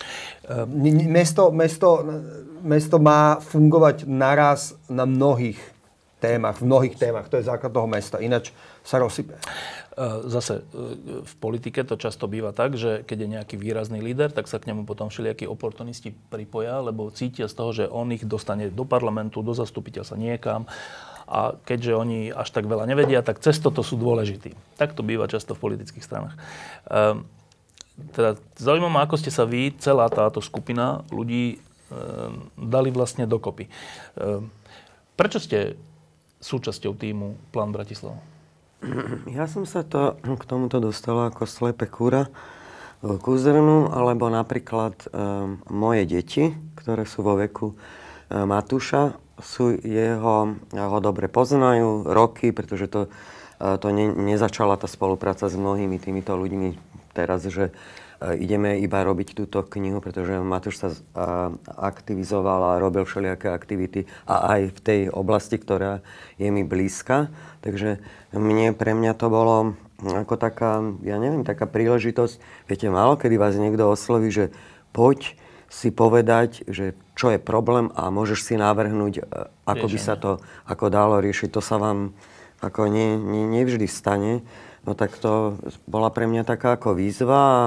E, mesto, mesto, mesto má fungovať naraz na mnohých témach, v mnohých témach. To je základ toho mesta. Ináč sa rozsype. Zase v politike to často býva tak, že keď je nejaký výrazný líder, tak sa k nemu potom všelijakí oportunisti pripoja, lebo cítia z toho, že on ich dostane do parlamentu, do zastupiteľstva niekam. A keďže oni až tak veľa nevedia, tak cez toto sú dôležití. Tak to býva často v politických stranách. Ehm, teda zaujímavé ma, ako ste sa vy, celá táto skupina ľudí, ehm, dali vlastne dokopy. Ehm, prečo ste súčasťou týmu Plán Bratislava? Ja som sa to, k tomuto dostala ako slepé kúra k úzrnu, alebo napríklad um, moje deti, ktoré sú vo veku um, Matúša, sú jeho, ho dobre poznajú roky, pretože to, uh, to ne, nezačala tá spolupráca s mnohými týmito ľuďmi teraz, že uh, ideme iba robiť túto knihu, pretože Matúš sa uh, aktivizoval a robil všelijaké aktivity a aj v tej oblasti, ktorá je mi blízka. Takže mne, pre mňa to bolo ako taká, ja neviem, taká príležitosť. Viete, málo kedy vás niekto osloví, že poď si povedať, že čo je problém a môžeš si navrhnúť, ako by sa to ako dalo riešiť. To sa vám ako nie, nie, nevždy stane. No tak to bola pre mňa taká ako výzva a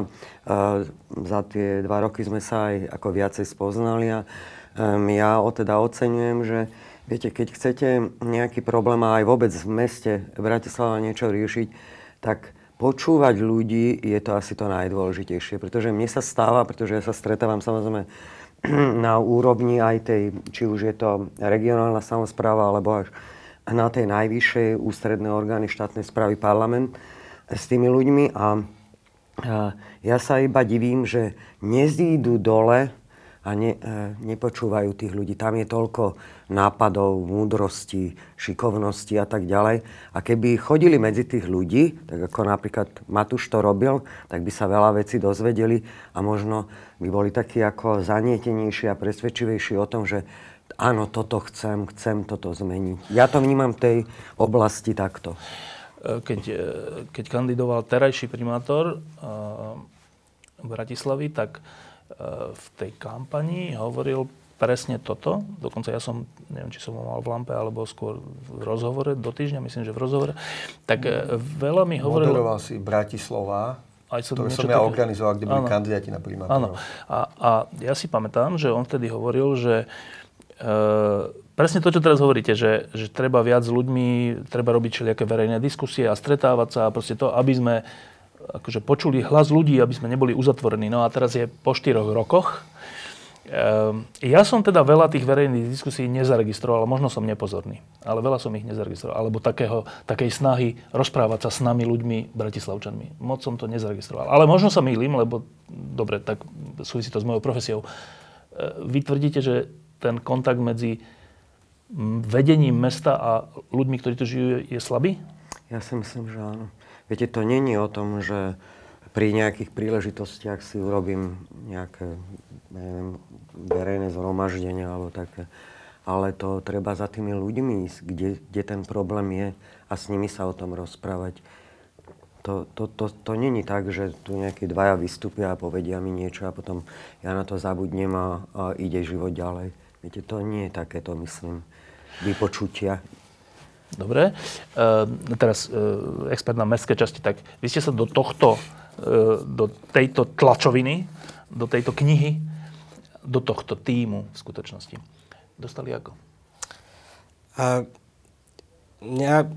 za tie dva roky sme sa aj ako viacej spoznali a um, ja o teda oceňujem, že viete, keď chcete nejaký problém a aj vôbec v meste Bratislava niečo riešiť, tak počúvať ľudí je to asi to najdôležitejšie, pretože mne sa stáva, pretože ja sa stretávam samozrejme na úrovni aj tej, či už je to regionálna samospráva, alebo až na tej najvyššej ústredné orgány štátnej správy parlament s tými ľuďmi. A, a ja sa iba divím, že nezídu dole a ne, e, nepočúvajú tých ľudí. Tam je toľko nápadov, múdrosti, šikovnosti a tak ďalej. A keby chodili medzi tých ľudí, tak ako napríklad Matúš to robil, tak by sa veľa vecí dozvedeli a možno by boli takí ako zanietenejší a presvedčivejší o tom, že áno, toto chcem, chcem toto zmeniť. Ja to vnímam v tej oblasti takto. Keď, keď kandidoval terajší primátor Bratislavy, tak v tej kampani hovoril presne toto. Dokonca ja som, neviem, či som ho mal v Lampe, alebo skôr v rozhovore do týždňa, myslím, že v rozhovore. Tak veľa mi hovoril... Moderoval si Bratislava, aj som ktoré som ja také... organizoval, kde boli kandidáti na primátora. Áno. A, a ja si pamätám, že on vtedy hovoril, že Uh, presne to, čo teraz hovoríte, že, že treba viac s ľuďmi, treba robiť všelijaké verejné diskusie a stretávať sa a proste to, aby sme akože počuli hlas ľudí, aby sme neboli uzatvorení. No a teraz je po štyroch rokoch. Uh, ja som teda veľa tých verejných diskusí nezaregistroval, možno som nepozorný, ale veľa som ich nezaregistroval. Alebo takého, takej snahy rozprávať sa s nami ľuďmi, Bratislavčanmi. Moc som to nezaregistroval. Ale možno sa mýlim, lebo dobre, tak súvisí to s mojou profesiou. Uh, vy tvrdíte, že ten kontakt medzi vedením mesta a ľuďmi, ktorí tu žijú, je slabý? Ja si myslím, že áno. Viete, to není o tom, že pri nejakých príležitostiach si urobím nejaké, neviem, verejné zhromaždenie alebo také. Ale to treba za tými ľuďmi ísť, kde, kde ten problém je a s nimi sa o tom rozprávať. To, to, to, to není tak, že tu nejakí dvaja vystúpia a povedia mi niečo a potom ja na to zabudnem a, a ide život ďalej. Viete, to nie je takéto, myslím, vypočutia. Dobre. E, teraz e, expert na mestské časti, tak vy ste sa do tohto, e, do tejto tlačoviny, do tejto knihy, do tohto tímu v skutočnosti dostali ako? A, ja,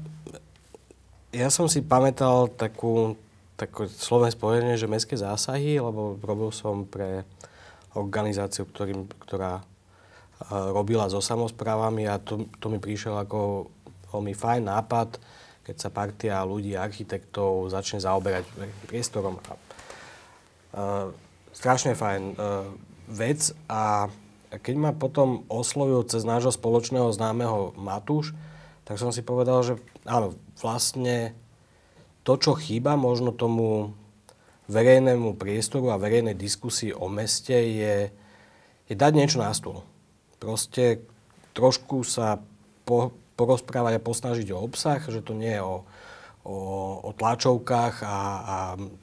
ja som si pamätal takú, takú slovné spojenie, že mestské zásahy, lebo robil som pre organizáciu, ktorým, ktorá robila so samosprávami a to, to mi prišiel ako veľmi fajn nápad, keď sa partia ľudí, architektov začne zaoberať priestorom. A, uh, strašne fajn uh, vec a keď ma potom oslovil cez nášho spoločného známeho Matúš, tak som si povedal, že áno, vlastne to, čo chýba možno tomu verejnému priestoru a verejnej diskusii o meste je, je dať niečo na stôl. Proste trošku sa po, porozprávať a posnažiť o obsah, že to nie je o, o, o tlačovkách a, a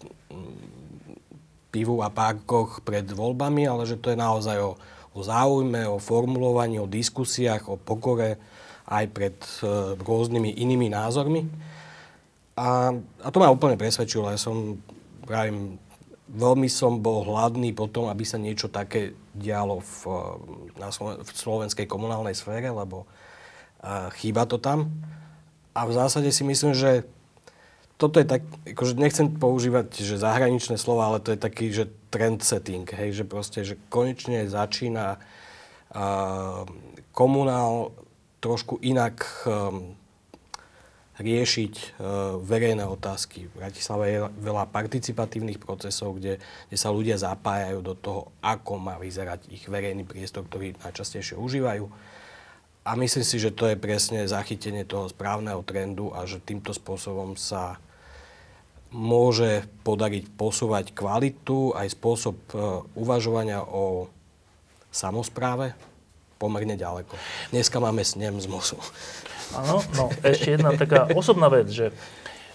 pivu a párkoch pred voľbami, ale že to je naozaj o, o záujme, o formulovaní, o diskusiách, o pokore aj pred e, rôznymi inými názormi. A, a to ma úplne presvedčilo. Ja som, pravím, veľmi som bol hladný po tom, aby sa niečo také dialo v, na Sloven- v slovenskej komunálnej sfére, lebo uh, chýba to tam. A v zásade si myslím, že toto je tak, akože nechcem používať že zahraničné slova, ale to je taký, že trend setting, hej, že proste, že konečne začína uh, komunál trošku inak um, riešiť uh, verejné otázky. V Bratislave je veľa participatívnych procesov, kde, kde sa ľudia zapájajú do toho, ako má vyzerať ich verejný priestor, ktorý najčastejšie užívajú. A myslím si, že to je presne zachytenie toho správneho trendu a že týmto spôsobom sa môže podariť posúvať kvalitu aj spôsob uh, uvažovania o samospráve pomerne ďaleko. Dneska máme snem z mosu. Áno, no ešte jedna taká osobná vec, že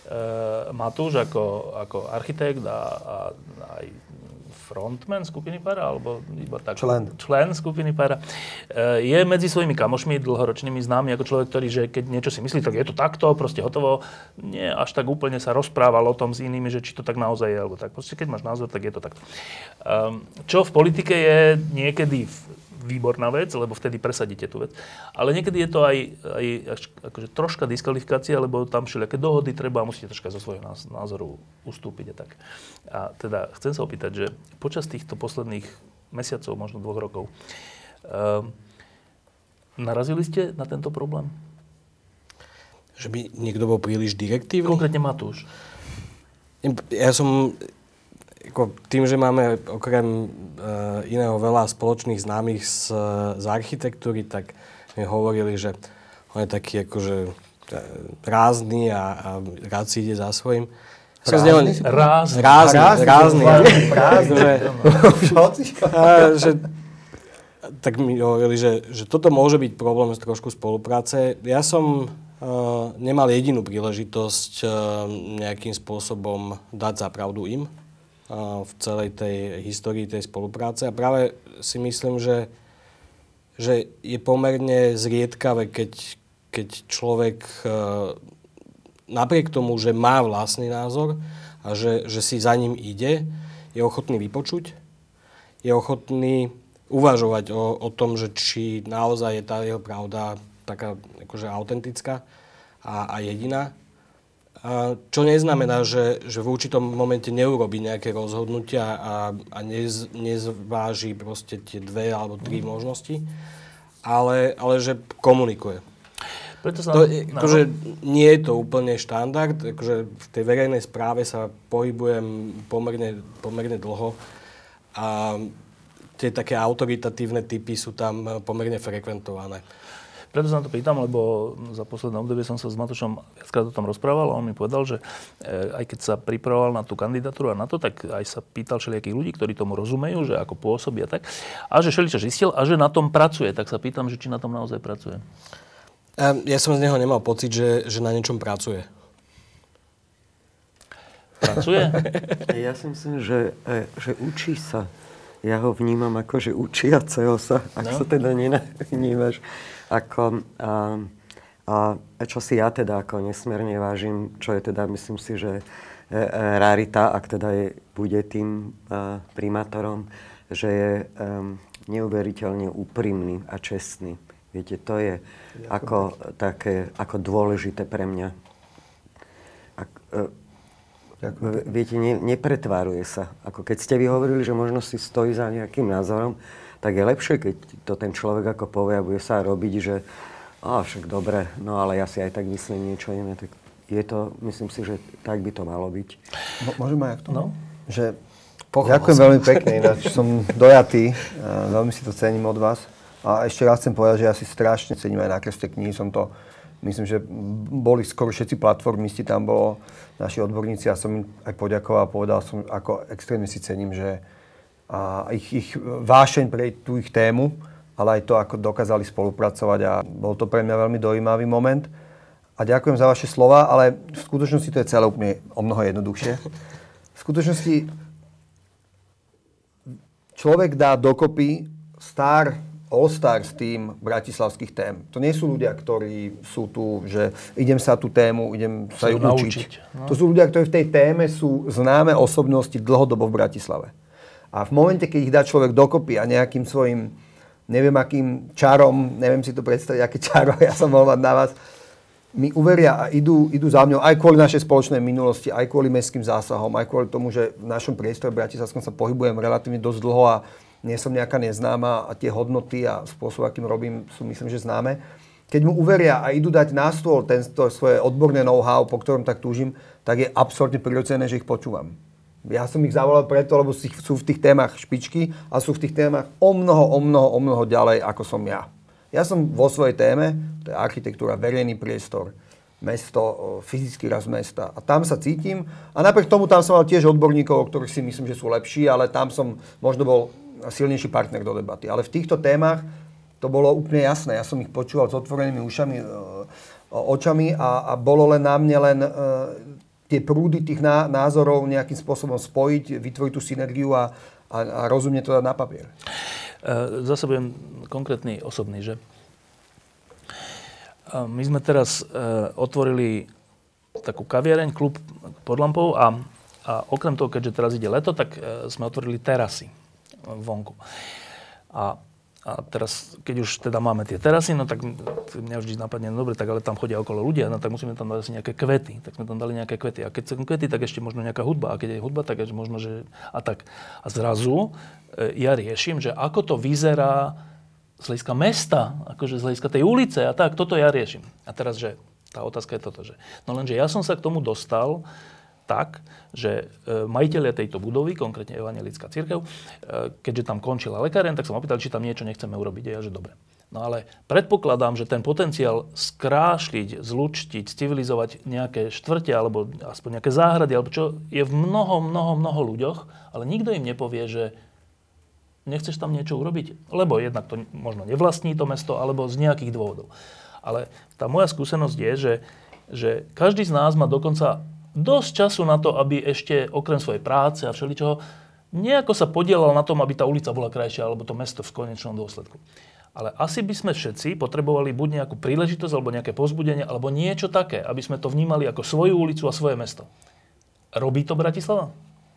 Matúš ako, ako architekt a, a aj frontman skupiny Para, alebo iba tak, člen. člen skupiny Para, je medzi svojimi kamošmi dlhoročnými známy ako človek, ktorý, že keď niečo si myslí, tak je to takto, proste hotovo. Nie až tak úplne sa rozprával o tom s inými, že či to tak naozaj je, alebo tak. Proste keď máš názor, tak je to takto. Čo v politike je niekedy výborná vec, lebo vtedy presadíte tú vec. Ale niekedy je to aj, aj akože troška diskvalifikácia, lebo tam všelijaké dohody treba a musíte troška zo svojho názoru ustúpiť a tak. A teda chcem sa opýtať, že počas týchto posledných mesiacov, možno dvoch rokov, um, narazili ste na tento problém? Že by niekto bol príliš direktívny? Konkrétne Matúš. Ja som... Ako tým, že máme okrem uh, iného veľa spoločných známych z, z architektúry, tak mi hovorili, že on je taký akože rázny a, a rád si ide za svojím. Rázny? Rázny. Rázny. Rázny. Rázny. Tak mi hovorili, že, že toto môže byť problém z trošku spolupráce. Ja som uh, nemal jedinú príležitosť uh, nejakým spôsobom dať za pravdu im v celej tej histórii tej spolupráce. A práve si myslím, že, že je pomerne zriedkavé, keď, keď človek napriek tomu, že má vlastný názor a že, že si za ním ide, je ochotný vypočuť, je ochotný uvažovať o, o tom, že či naozaj je tá jeho pravda taká akože autentická a, a jediná. A čo neznamená, že, že v určitom momente neurobí nejaké rozhodnutia a, a nez, nezváži proste tie dve alebo tri možnosti, ale, ale že komunikuje. Preto sa... To, akože, nie je to úplne štandard, akože v tej verejnej správe sa pohybujem pomerne, pomerne dlho a tie také autoritatívne typy sú tam pomerne frekventované. Preto sa na to pýtam, lebo za posledné obdobie som sa s Matúšom viackrát o tom rozprával a on mi povedal, že aj keď sa pripravoval na tú kandidatúru a na to, tak aj sa pýtal všelijakých ľudí, ktorí tomu rozumejú, že ako pôsobí a tak. A že všeličo zistil a že na tom pracuje. Tak sa pýtam, že či na tom naozaj pracuje. Ja som z neho nemal pocit, že, že na niečom pracuje. Pracuje? Ja si myslím, že, že učí sa. Ja ho vnímam ako, že učiaceho sa, ak no. sa teda nevnímaš. Ako, a, a čo si ja teda ako nesmierne vážim, čo je teda, myslím si, že e, e, rarita, ak teda je, bude tým e, primátorom, že je e, neuveriteľne úprimný a čestný. Viete, to je ako, také, ako dôležité pre mňa. Ak, e, viete, ne, nepretváruje sa. Ako keď ste vy hovorili, že možno si stojí za nejakým názorom, tak je lepšie, keď to ten človek ako povie a bude sa robiť, že á, však dobre, no ale ja si aj tak myslím niečo iné. Tak je to, myslím si, že tak by to malo byť. Môžem aj k tomu? No. Že Pochvala ďakujem som. veľmi pekne, ináč som dojatý, a veľmi si to cením od vás. A ešte raz chcem povedať, že ja si strašne cením aj nakresle knihy. Som to, myslím, že boli skoro všetci platformisti, tam bolo naši odborníci a som im aj poďakoval a povedal som, ako extrémne si cením, že a ich, ich vášeň pre tú ich tému, ale aj to, ako dokázali spolupracovať a bol to pre mňa veľmi dojímavý moment. A ďakujem za vaše slova, ale v skutočnosti to je celé úplne o mnoho jednoduchšie. V skutočnosti človek dá dokopy star, all-stars tým bratislavských tém. To nie sú ľudia, ktorí sú tu, že idem sa tú tému, idem sa ju učiť. učiť. No. To sú ľudia, ktorí v tej téme sú známe osobnosti dlhodobo v Bratislave. A v momente, keď ich dá človek dokopy a nejakým svojim, neviem akým čarom, neviem si to predstaviť, aké čaro ja som mohol mať na vás, mi uveria a idú, idú za mňou aj kvôli našej spoločnej minulosti, aj kvôli mestským zásahom, aj kvôli tomu, že v našom priestore bratislavskom sa pohybujem relatívne dosť dlho a nie som nejaká neznáma a tie hodnoty a spôsob, akým robím, sú myslím, že známe. Keď mu uveria a idú dať na stôl ten, to svoje odborné know-how, po ktorom tak túžim, tak je absolútne prirodzené, že ich počúvam. Ja som ich zavolal preto, lebo sú v tých témach špičky a sú v tých témach o mnoho, o mnoho, o mnoho ďalej, ako som ja. Ja som vo svojej téme, to je architektúra, verejný priestor, mesto, fyzický rast mesta. A tam sa cítim. A napriek tomu tam som mal tiež odborníkov, o ktorých si myslím, že sú lepší, ale tam som možno bol silnejší partner do debaty. Ale v týchto témach to bolo úplne jasné. Ja som ich počúval s otvorenými ušami, očami a, a bolo len na mne len tie prúdy tých názorov nejakým spôsobom spojiť, vytvoriť tú synergiu a, a, a rozumne to dať na papier. Zase budem konkrétny, osobný, že my sme teraz otvorili takú kaviareň, klub pod lampou a, a okrem toho, keďže teraz ide leto, tak sme otvorili terasy vonku. A A teraz, keď už teda máme tie terasy, no tak mňa vždy napadne, no dobre, tak ale tam chodia okolo ľudia, no tak musíme tam dať asi nejaké kvety. Tak sme tam dali nejaké kvety. A keď sú kvety, tak ešte možno nejaká hudba. A keď je hudba, tak ešte možno, že... A tak. A zrazu e, ja riešim, že ako to vyzerá z hľadiska mesta, akože z hľadiska tej ulice a tak, toto ja riešim. A teraz, že tá otázka je toto, že... No lenže ja som sa k tomu dostal tak, že majitelia tejto budovy, konkrétne Evanjelická cirkev, keďže tam končila lekáreň, tak som opýtal, či tam niečo nechceme urobiť. A ja, že dobre. No ale predpokladám, že ten potenciál skrášliť, zlučtiť, civilizovať nejaké štvrte, alebo aspoň nejaké záhrady, alebo čo, je v mnoho, mnoho, mnoho ľuďoch, ale nikto im nepovie, že nechceš tam niečo urobiť, lebo jednak to možno nevlastní to mesto, alebo z nejakých dôvodov. Ale tá moja skúsenosť je, že, že každý z nás má dokonca dosť času na to, aby ešte okrem svojej práce a všeličoho nejako sa podielal na tom, aby tá ulica bola krajšia, alebo to mesto v konečnom dôsledku. Ale asi by sme všetci potrebovali buď nejakú príležitosť, alebo nejaké povzbudenie, alebo niečo také, aby sme to vnímali ako svoju ulicu a svoje mesto. Robí to Bratislava?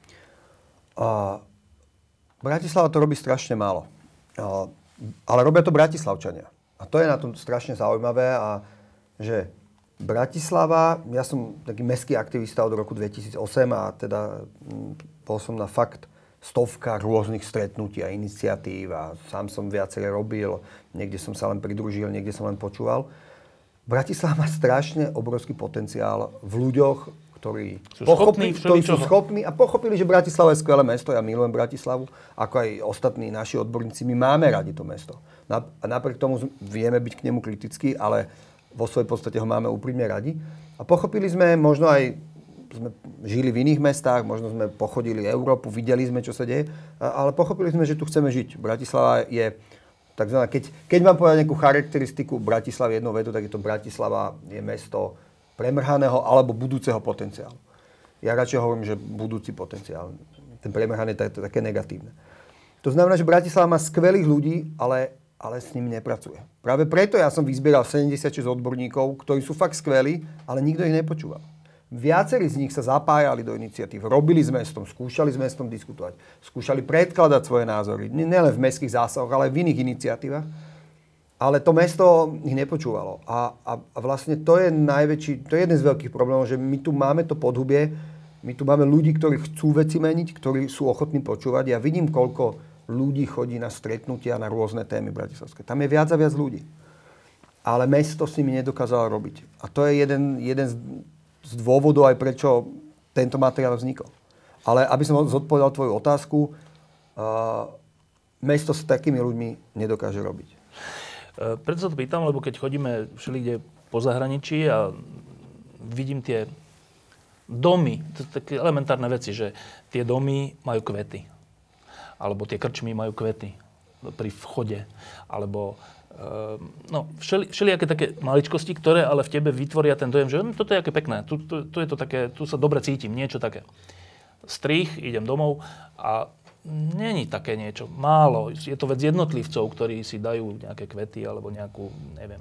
Uh, Bratislava to robí strašne málo. Uh, ale robia to Bratislavčania. A to je na tom strašne zaujímavé a že Bratislava, ja som taký mestský aktivista od roku dvetisícosem a teda bol som na fakt stovka rôznych stretnutí a iniciatív a sám som viaceré robil, niekde som sa len pridružil, niekde som len počúval. Bratislava má strašne obrovský potenciál v ľuďoch, ktorí sú schopní, ktorí sú schopní a pochopili, že Bratislava je skvelé mesto, ja milujem Bratislavu, ako aj ostatní naši odborníci, my máme radi to mesto. A napriek tomu vieme byť k nemu kritickí, ale vo svojej podstate ho máme úprimne radi. A pochopili sme, možno aj sme žili v iných mestách, možno sme pochodili Európu, videli sme, čo sa deje, ale pochopili sme, že tu chceme žiť. Bratislava je takzvaná, keď, keď mám povedať nejakú charakteristiku Bratislavy jednou vetou, tak je to Bratislava je mesto premrhaného alebo budúceho potenciálu. Ja radšej hovorím, že budúci potenciál. Ten premrhaný je to také negatívne. To znamená, že Bratislava má skvelých ľudí, ale ale s nimi nepracuje. Práve preto ja som vyzbieral sedemdesiatšesť odborníkov, ktorí sú fakt skvelí, ale nikto ich nepočúval. Viacerí z nich sa zapájali do iniciatív, robili s mestom, skúšali s mestom diskutovať, skúšali predkladať svoje názory, nielen v mestských zásahoch, ale aj v iných iniciatívach. Ale to mesto ich nepočúvalo. A, a, a vlastne to je najväčší, to je jeden z veľkých problémov, že my tu máme to podhubie, my tu máme ľudí, ktorí chcú veci meniť, ktorí sú ochotní počúvať. Ja vidím, koľko ľudí chodí na stretnutia na rôzne témy bratislavské. Tam je viac a viac ľudí. Ale mesto s nimi nedokázalo robiť. A to je jeden, jeden z, z dôvodov aj prečo tento materiál vznikol. Ale aby som zodpovedal tvoju otázku, uh, mesto s takými ľuďmi nedokáže robiť. Uh, preto sa to pýtam, lebo keď chodíme všelikde po zahraničí a vidím tie domy, to sú také elementárne veci, že tie domy majú kvety. Alebo tie krčmy majú kvety pri vchode, alebo uh, no, všeli, všelijaké také maličkosti, ktoré ale v tebe vytvoria ten dojem, že hm, toto je aké pekné, tu, tu, tu je to také, tu sa dobre cítim, niečo také. Strých, idem domov a není také niečo, málo. Je to vec jednotlivcov, ktorí si dajú nejaké kvety alebo nejakú, neviem,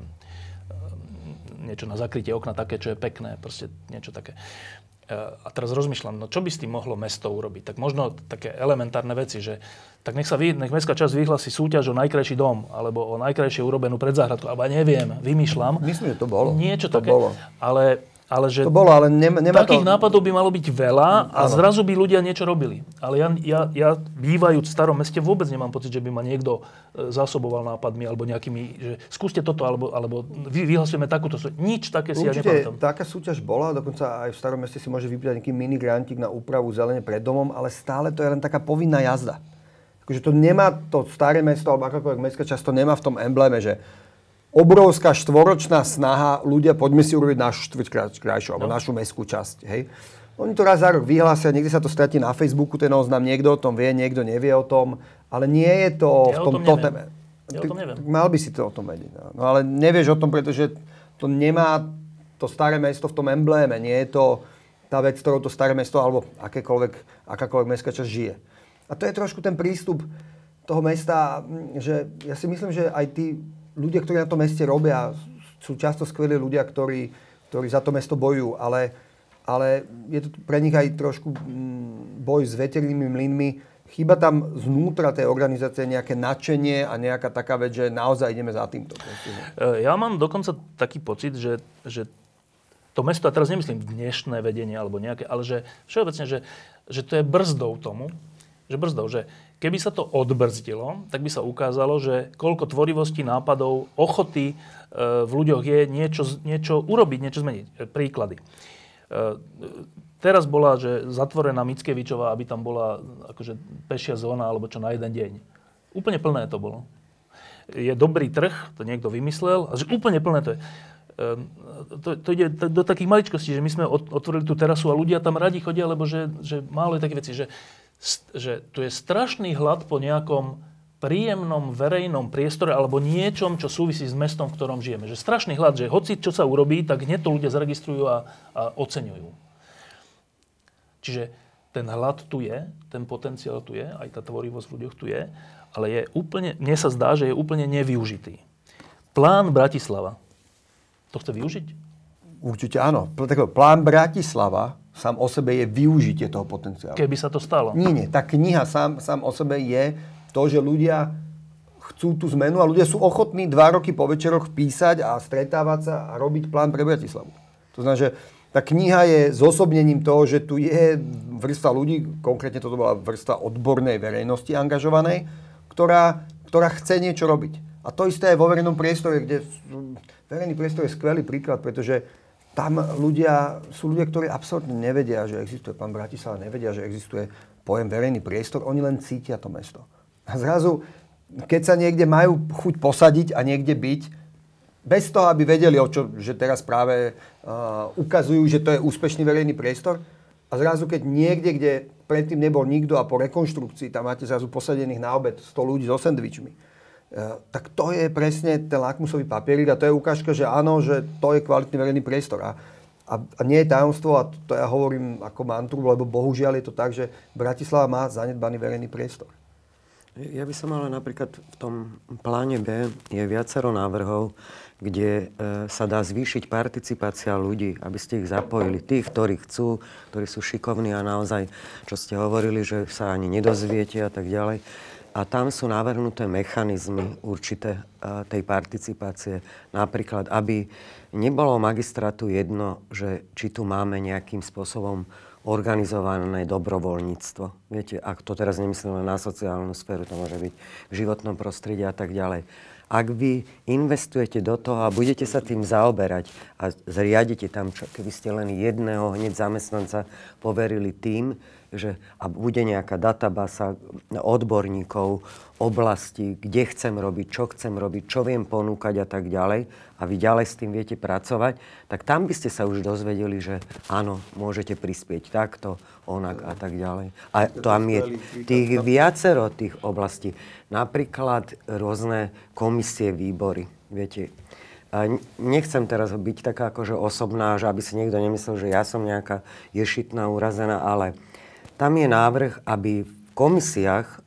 niečo na zakrytie okna také, čo je pekné, proste niečo také. A teraz rozmýšľam, no čo by s tým mohlo mesto urobiť? Tak možno také elementárne veci, že tak nech sa vy, nech mestská časť vyhlási súťaž o najkrajší dom, alebo o najkrajšie urobenú predzáhradku, alebo neviem, vymýšľam. Myslím, že to bolo. Niečo to také, bolo. ale... Ale že to bolo, ale nemá, nemá takých to... nápadov by malo byť veľa a Áno. zrazu by ľudia niečo robili. Ale ja, ja, ja bývajúc v starom meste vôbec nemám pocit, že by ma niekto zásoboval nápadmi alebo nejakými, že skúste toto, alebo, alebo vy, vyhlasujeme takúto súťaž. Nič také si Určite, ja nepamätám. taká súťaž bola, dokonca aj v starom meste si môže vypýtať nejaký mini grantík na úpravu zelene pred domom, ale stále to je len taká povinná jazda. Takže to nemá to staré mesto, alebo akákoľvek mestská časť, to nemá v tom embléme, že obrovská štvoročná snaha, ľudia, poďme si urobiť našu štvrť krajšiu, alebo no. našu mestskú časť, hej. Oni to raz za rok vyhlásia, niekde sa to stratí na Facebooku, ten oznam, niekto o tom vie, niekto nevie o tom, ale nie je to ja v tom toteme. Ja o tom neviem. Mal by si to o tom vedieť. No ale nevieš o tom, pretože to nemá to staré mesto v tom embléme, nie je to, tá vec, ktorou to staré mesto alebo akékoľvek, akákoľvek mestská časť žije. A to je trošku ten prístup toho mesta, že ja si myslím, že aj tí ľudia, ktorí na tom meste robia, sú často skvelí ľudia, ktorí, ktorí za to mesto bojujú, ale, ale je to pre nich aj trošku boj s veternými mlynmi. Chýba tam znútra tej organizácie nejaké nadšenie a nejaká taká vec, že naozaj ideme za týmto. Ja mám dokonca taký pocit, že, že to mesto, a teraz nemyslím dnešné vedenie alebo nejaké, ale že všeobecne, že, že to je brzdou tomu, že brzdou, že keby sa to odbrzdilo, tak by sa ukázalo, že koľko tvorivosti, nápadov, ochoty v ľuďoch je niečo, niečo urobiť, niečo zmeniť. Príklady. Teraz bola, že zatvorená Mickevičová, aby tam bola akože pešia zóna, alebo čo na jeden deň. Úplne plné to bolo. Je dobrý trh, to niekto vymyslel, a že úplne plné to je. To, to ide do takých maličkostí, že my sme otvorili tú terasu a ľudia tam radi chodia, lebo že, že málo je také veci, že, že tu je strašný hlad po nejakom príjemnom verejnom priestore alebo niečom, čo súvisí s mestom, v ktorom žijeme. Že strašný hlad, že hoci čo sa urobí, tak hneď to ľudia zaregistrujú a, a oceňujú. Čiže ten hlad tu je, ten potenciál tu je, aj tá tvorivosť v ľuďoch tu je, ale je úplne, mne sa zdá, že je úplne nevyužitý. Plán Bratislava. To chce využiť? Určite áno. Plán Bratislava sám o sebe je využitie toho potenciálu. Keby sa to stalo? Nie, nie. Tá kniha sám, sám o sebe je to, že ľudia chcú tú zmenu a ľudia sú ochotní dva roky po večeroch písať a stretávať sa a robiť plán pre Bratislavu. To znamená, že tá kniha je zosobnením toho, že tu je vrstva ľudí, konkrétne toto bola vrstva odbornej verejnosti angažovanej, ktorá, ktorá chce niečo robiť. A to isté je vo verejnom priestore, kde verejný priestor je skvelý príklad, pretože tam ľudia, sú ľudia, ktorí absolútne nevedia, že existuje plán Bratislava, nevedia, že existuje pojem verejný priestor, oni len cítia to mesto. A zrazu, keď sa niekde majú chuť posadiť a niekde byť, bez toho, aby vedeli, o čo, že teraz práve uh, ukazujú, že to je úspešný verejný priestor, a zrazu, keď niekde, kde predtým nebol nikto a po rekonštrukcii tam máte zrazu posadených na obed sto ľudí so sendvičmi, Uh, tak to je presne ten lakmusový papierik a to je ukážka, že áno, že to je kvalitný verejný priestor. A, a, a nie je tajomstvo, a to, to ja hovorím ako mantru, lebo bohužiaľ je to tak, že Bratislava má zanedbaný verejný priestor. Ja by som ale napríklad v tom pláne B je viacero návrhov, kde e, sa dá zvýšiť participácia ľudí, aby ste ich zapojili. Tých, ktorí chcú, ktorí sú šikovní a naozaj, čo ste hovorili, že sa ani nedozviete a tak ďalej. A tam sú navrhnuté mechanizmy určité tej participácie. Napríklad, aby nebolo magistrátu jedno, že či tu máme nejakým spôsobom organizované dobrovoľníctvo. Viete, ak to teraz nemyslím len na sociálnu sféru, to môže byť v životnom prostredí a tak ďalej. Ak vy investujete do toho a budete sa tým zaoberať a zriadite tam, čo, keby ste len jedného hneď zamestnanca poverili tým, že a bude nejaká databáza odborníkov, oblasti, kde chcem robiť, čo chcem robiť, čo viem ponúkať a tak ďalej, a vy ďalej s tým viete pracovať, tak tam by ste sa už dozvedeli, že áno, môžete prispieť takto, onak a tak ďalej. A tam je tých viacero tých oblastí. Napríklad rôzne komisie, výbory. Viete, nechcem teraz byť taká akože osobná, že aby si niekto nemyslel, že ja som nejaká ješitná, urazená, ale tam je návrh, aby v komisiách,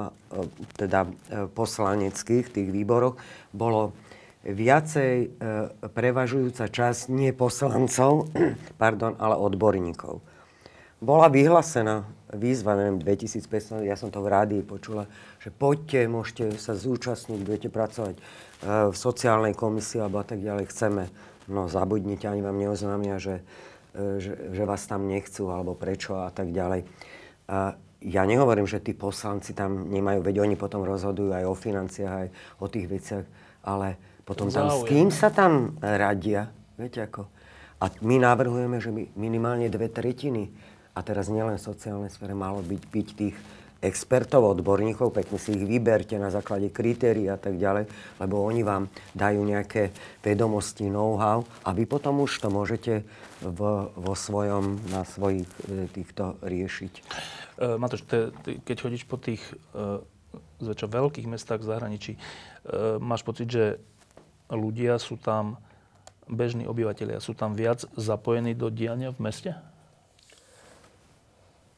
teda poslaneckých, tých výboroch, bolo viacej prevažujúca časť nie poslancov, pardon, ale odborníkov. Bola vyhlásená výzva, neviem, dvetisícpäťsto, ja som to v rádii počula, že poďte, môžete sa zúčastniť, budete pracovať v sociálnej komisii alebo a tak ďalej, chceme. No zabudnite, ani vám neoznámia, že Že, že vás tam nechcú, alebo prečo a tak ďalej. A ja nehovorím, že tí poslanci tam nemajú, veď oni potom rozhodujú aj o financiách, aj o tých veciach, ale potom tam s kým sa tam radia, viete ako. A my navrhujeme, že by minimálne dve tretiny, a teraz nielen v sociálnej sfére, malo byť, byť tých expertov, odborníkov, pekne si ich vyberte na základe kritérií a tak ďalej, lebo oni vám dajú nejaké vedomosti, know-how a vy potom už to môžete v, vo svojom, na svojich e, týchto riešiť. E, Matúš, te, te, keď chodíš po tých e, zväčša veľkých mestách v zahraničí, e, máš pocit, že ľudia sú tam, bežní obyvatelia, sú tam viac zapojení do diania v meste?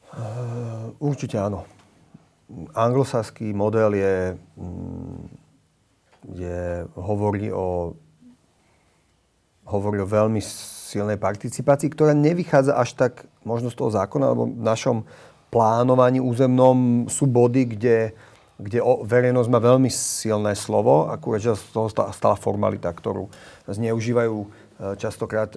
Uh, určite áno. Anglosaský model je, je hovorí o hovorí o veľmi silnej participácii, ktorá nevychádza až tak možno z toho zákona, alebo v našom plánovaní územnom sú body, kde, kde verejnosť má veľmi silné slovo, akurát, že z toho stala formalita, ktorú zneužívajú častokrát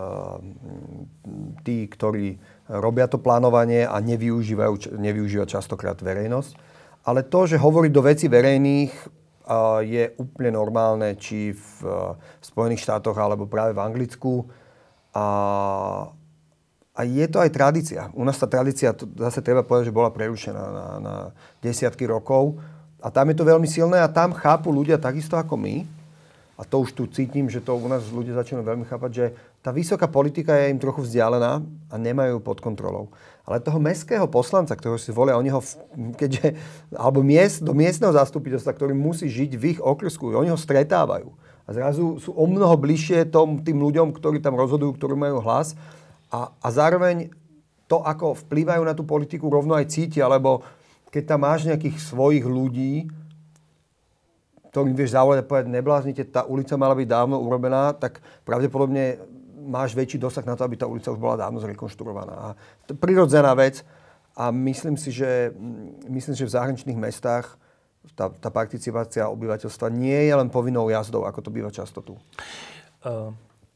tí, ktorí robia to plánovanie a nevyužívajú, nevyužívajú častokrát verejnosť. Ale to, že hovorí do vecí verejných, je úplne normálne, či v Spojených štátoch, alebo práve v Anglicku. A, a je to aj tradícia. U nás tá tradícia, to zase treba povedať, že bola prerušená na, na desiatky rokov. A tam je to veľmi silné a tam chápu ľudia takisto ako my. A to už tu cítim, že to u nás ľudia začínajú veľmi chápať, že tá vysoká politika je im trochu vzdialená a nemajú pod kontrolou. Ale toho mestského poslanca, ktorého si volia, oni ho, keďže, alebo miest, do miestneho zastupiteľstva, ktorý musí žiť v ich okrsku, oni ho stretávajú. A zrazu sú o mnoho bližšie tom, tým ľuďom, ktorí tam rozhodujú, ktorí majú hlas. A, a zároveň to, ako vplývajú na tú politiku, rovno aj cítia, lebo keď tam máš nejakých svojich ľudí, ktorým vieš zavolať a povedať, nebláznite, tá ulica mala byť dávno urobená, tak pravdepodobne máš väčší dosah na to, aby tá ulica už bola dávno zrekonštruovaná. A to je prirodzená vec a myslím si, že, myslím, že v zahraničných mestách tá, tá participácia obyvateľstva nie je len povinnou jazdou, ako to býva často tu. Uh,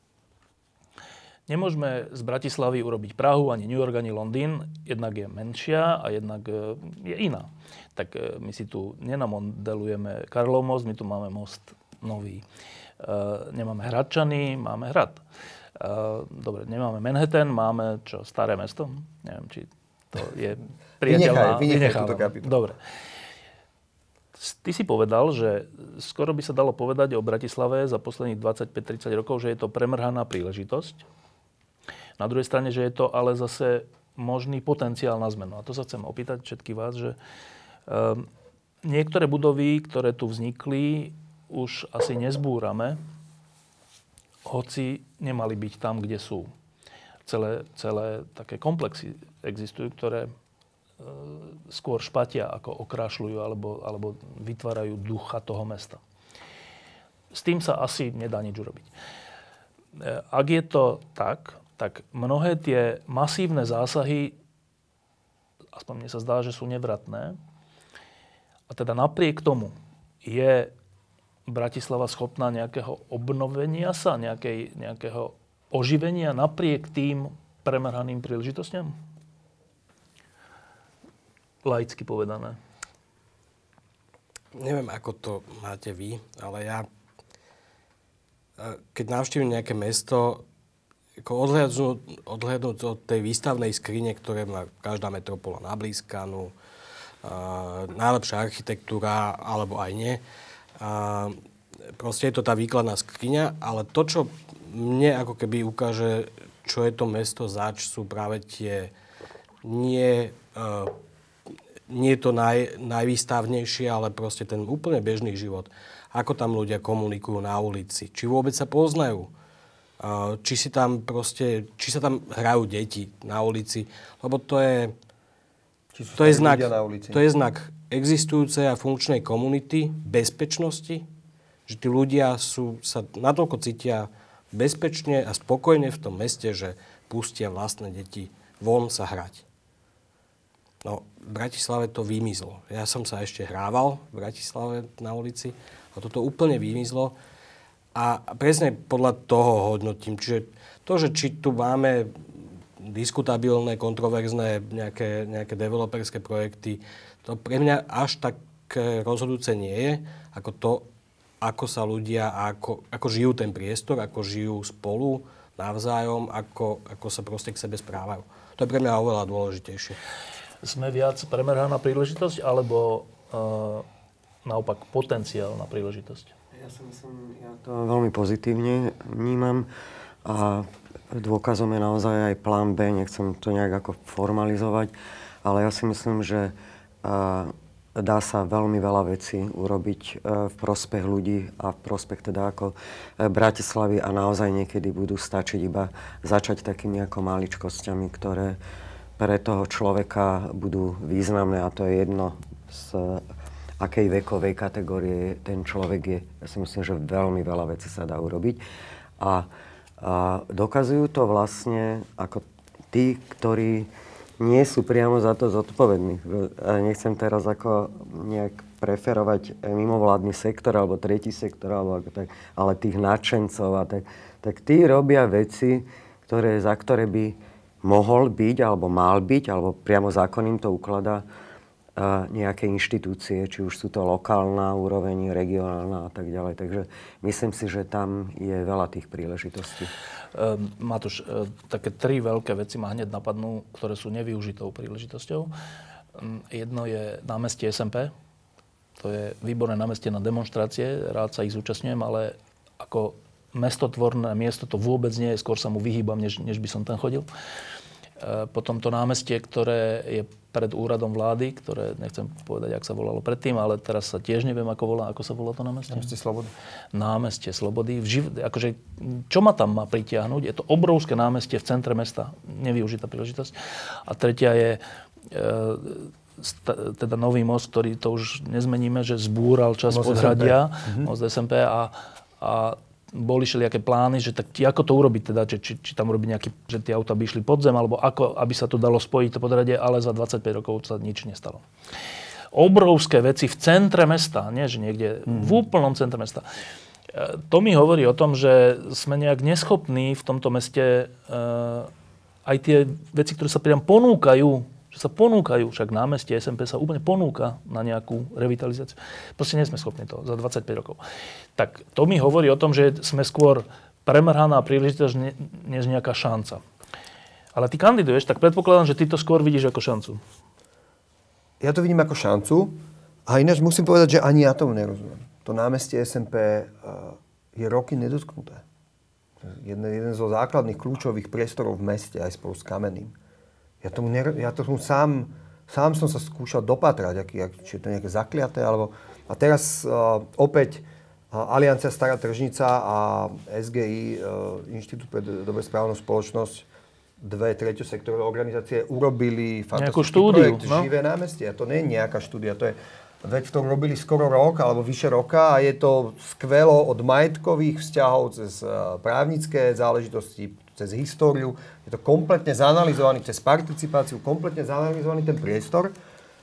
nemôžeme z Bratislavy urobiť Prahu, ani New York, ani Londýn. Jednak je menšia a jednak je iná. Tak my si tu nenamodelujeme Karlov most, my tu máme most nový. Uh, nemáme Hradčany, máme Hrad. Uh, dobre, nemáme Manhattan, máme čo, Staré mesto? Neviem, či to je priateľná... Vynechaj, vynechaj túto kapitolu. Dobre. Ty si povedal, že skoro by sa dalo povedať o Bratislave za posledných dvadsaťpäť tridsať rokov, že je to premrhaná príležitosť. Na druhej strane, že je to ale zase možný potenciál na zmenu. A to sa chcem opýtať všetky vás, že um, niektoré budovy, ktoré tu vznikli, už asi nezbúrame, hoci nemali byť tam, kde sú. Celé, celé také komplexy existujú, ktoré e, skôr špatia, ako okrášľujú, alebo, alebo vytvárajú ducha toho mesta. S tým sa asi nedá nič urobiť. E, ak je to tak, tak mnohé tie masívne zásahy, aspoň mne sa zdá, že sú nevratné, a teda napriek tomu je Bratislava schopná nejakého obnovenia sa, nejakej, nejakého oživenia napriek tým premrhaným príležitostiam? Laicky povedané. Neviem, ako to máte vy, ale ja, keď navštívim nejaké mesto, ako odhľadnúť, odhľadnúť od tej výstavnej skrine, ktoré má každá metropola nablískanú, najlepšia architektúra, alebo aj nie, A proste je to tá výkladná skriňa, ale to, čo mne ako keby ukáže, čo je to mesto zač, sú práve tie nie, uh, nie to naj, najvýstavnejšie, ale proste ten úplne bežný život. Ako tam ľudia komunikujú na ulici, či vôbec sa poznajú, uh, či si tam proste, či sa tam hrajú deti na ulici, lebo to je, to je znak, to je znak existujúcej a funkčnej komunity, bezpečnosti, že tí ľudia sú, sa natoľko cítia bezpečne a spokojne v tom meste, že pustia vlastné deti von sa hrať. No, v Bratislave to vymizlo. Ja som sa ešte hrával v Bratislave na ulici a toto úplne vymizlo. A presne podľa toho hodnotím. Čiže to, že či tu máme diskutabilné, kontroverzné nejaké, nejaké developerské projekty, to pre mňa až tak rozhodujúce nie je, ako to, ako sa ľudia, ako, ako žijú ten priestor, ako žijú spolu, navzájom, ako, ako sa proste k sebe správajú. To je pre mňa oveľa dôležitejšie. Sme viac premrhaná príležitosť, alebo uh, naopak potenciál na príležitosť? Ja si myslím, ja to veľmi pozitívne vnímam a dôkazom je naozaj aj plán B, nechcem to nejak ako formalizovať, ale ja si myslím, že uh, dá sa veľmi veľa vecí urobiť uh, v prospech ľudí a v prospech teda ako uh, Bratislavy a naozaj niekedy budú stačiť iba začať takými ako maličkosťami, ktoré pre toho človeka budú významné a to je jedno z akej vekovej kategórie ten človek je. Ja si myslím, že veľmi veľa vecí sa dá urobiť. A, a dokazujú to vlastne ako tí, ktorí nie sú priamo za to zodpovední. Nechcem teraz ako nejak preferovať mimovládny sektor alebo tretí sektor, alebo ako tak, ale tých nadšencov a tak, tak tí robia veci, ktoré, za ktoré by mohol byť alebo mal byť, alebo priamo zákon im to ukladá, nejaké inštitúcie, či už sú to lokálna úroveň, regionálna a tak ďalej. Takže myslím si, že tam je veľa tých príležitostí. Um, Matúš, uh, také tri veľké veci ma hneď napadnú, ktoré sú nevyužitou príležitosťou. Um, jedno je námestie es em pé. To je výborné námestie na demonštrácie. Rád sa ich zúčastňujem, ale ako mestotvorné miesto to vôbec nie je. Skôr sa mu vyhýbam, než, než by som tam chodil. Uh, potom to námestie, ktoré je pred úradom vlády, ktoré nechcem povedať, jak sa volalo predtým, ale teraz sa tiež neviem, ako volá, ako sa volá to námestie. Námestie Slobody. Námestie Slobody. V živ... akože, čo ma tam má pritiahnuť? Je to obrovské námestie v centre mesta. Nevyužitá príležitosť. A tretia je e, st- teda nový most, ktorý to už nezmeníme, že zbúral časť podhradia, most es em pé a, a boli všelijaké plány, že tak ako to urobiť, teda, či, či, či tam urobiť nejaký, že tie auta by išli pod zem, alebo ako, aby sa to dalo spojiť to podhradie, ale za dvadsaťpäť rokov sa nič nestalo. Obrovské veci v centre mesta, nie že niekde, mm. v úplnom centre mesta. To mi hovorí o tom, že sme nejak neschopní v tomto meste uh, aj tie veci, ktoré sa priam ponúkajú, že sa ponúkajú, však námestie es em pé sa úplne ponúka na nejakú revitalizáciu. Proste nie sme schopní to za dvadsaťpäť rokov. Tak to mi hovorí o tom, že sme skôr premrhaná príležitosť, než nejaká šanca. Ale ty kandiduješ, tak predpokladám, že ty to skôr vidíš ako šancu. Ja to vidím ako šancu a ináč musím povedať, že ani ja tomu nerozumiem. To námestie es em pé je roky nedotknuté. Jeden, jeden zo základných kľúčových priestorov v meste, aj spolu s Kamenným. Ja tomu, ner- ja tomu sám, sám som sa skúšal dopatrať, aký, ak, či je to nejaké zakliaté, alebo... A teraz uh, opäť uh, Aliancia Stará tržnica a es gé í, uh, Inštitút pre dobrosprávnu spoločnosť, dve treťosektorové organizácie, urobili fantastický projekt no? Živé námestie. A to nie je nejaká štúdia, to je vec, ktorú robili skoro rok, alebo vyše roka a je to skvelo od majetkových vzťahov cez uh, právnické záležitosti, cez históriu. Je to kompletne zanalizovaný, cez participáciu, kompletne zanalizovaný ten priestor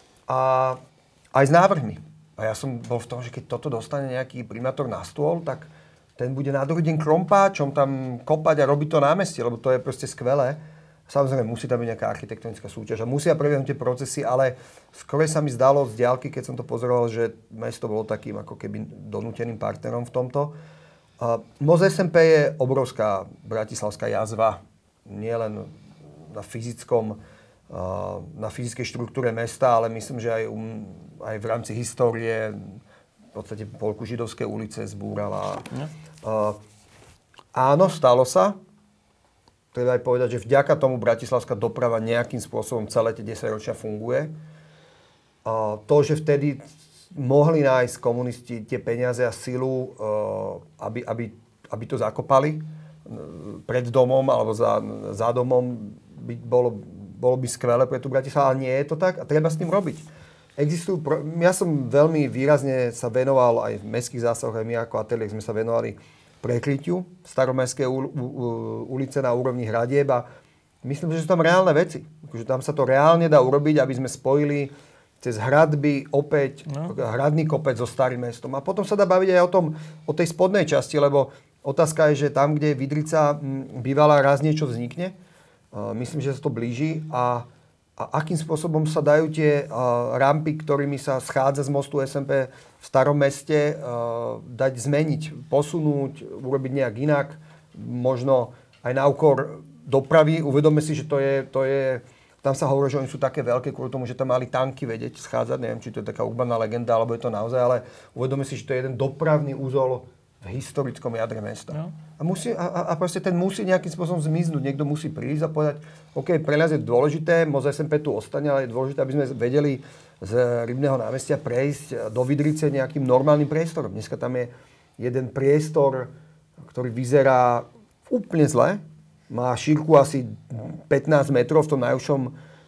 a aj s návrhmi. A ja som bol v tom, že keď toto dostane nejaký primátor na stôl, tak ten bude na druhý deň krompáčom tam kopať a robiť to námestie, lebo to je proste skvelé. Samozrejme, musí tam byť nejaká architektonická súťaž a musia prebiehnúť tie procesy, ale skôr sa mi zdalo z diaľky, keď som to pozoroval, že mesto bolo takým ako keby donúteným partnerom v tomto. Uh, most es em pé je obrovská bratislavská jazva, nie len na fyzickom, uh, na fyzickej štruktúre mesta, ale myslím, že aj, um, aj v rámci histórie v podstate polku Židovskej ulice zbúrala. Uh, áno, stalo sa. Treba aj povedať, že vďaka tomu bratislavská doprava nejakým spôsobom celé tie desaťročia funguje. Uh, to, že vtedy mohli nájsť komunisti tie peniaze a silu, aby, aby, aby to zakopali pred domom alebo za, za domom, by, bolo, bolo by skvelé pre tú Bratislavu, ale nie je to tak a treba s tým robiť. Existujú, ja som veľmi výrazne sa venoval aj v mestských zásahoch, aj my ako ateliér sme sa venovali prekrytiu staromestskej ulice na úrovni hradieb a myslím, že sú tam reálne veci. Že tam sa to reálne dá urobiť, aby sme spojili cez hradby opäť, no. hradný kopec so starým mestom. A potom sa dá baviť aj o tom, o tej spodnej časti, lebo otázka je, že tam, kde je Vydrica bývala, raz niečo vznikne. Uh, myslím, že sa to blíži. A, a akým spôsobom sa dajú tie uh, rampy, ktorými sa schádza z mostu es em pé v starom meste, uh, dať zmeniť, posunúť, urobiť nejak inak. Možno aj na úkor dopravy. Uvedome si, že to je... To je Tam sa hovorí, že oni sú také veľké kvôli tomu, že tam mali tanky vedieť schádzať. Neviem, či to je taká urbaná legenda, alebo je to naozaj, ale uvedome si, že to je jeden dopravný úzol v historickom jadre mesta. No. A, musí, a, a proste ten musí nejakým spôsobom zmiznúť. Niekto musí prísť a povedať, OK, pre nás je dôležité, most es em pé tu ostane, ale je dôležité, aby sme vedeli z Rybného námestia prejsť do Vydrice nejakým normálnym priestorom. Dneska tam je jeden priestor, ktorý vyzerá úplne zle. Má šírku asi pätnásť metrov v tom najúžšom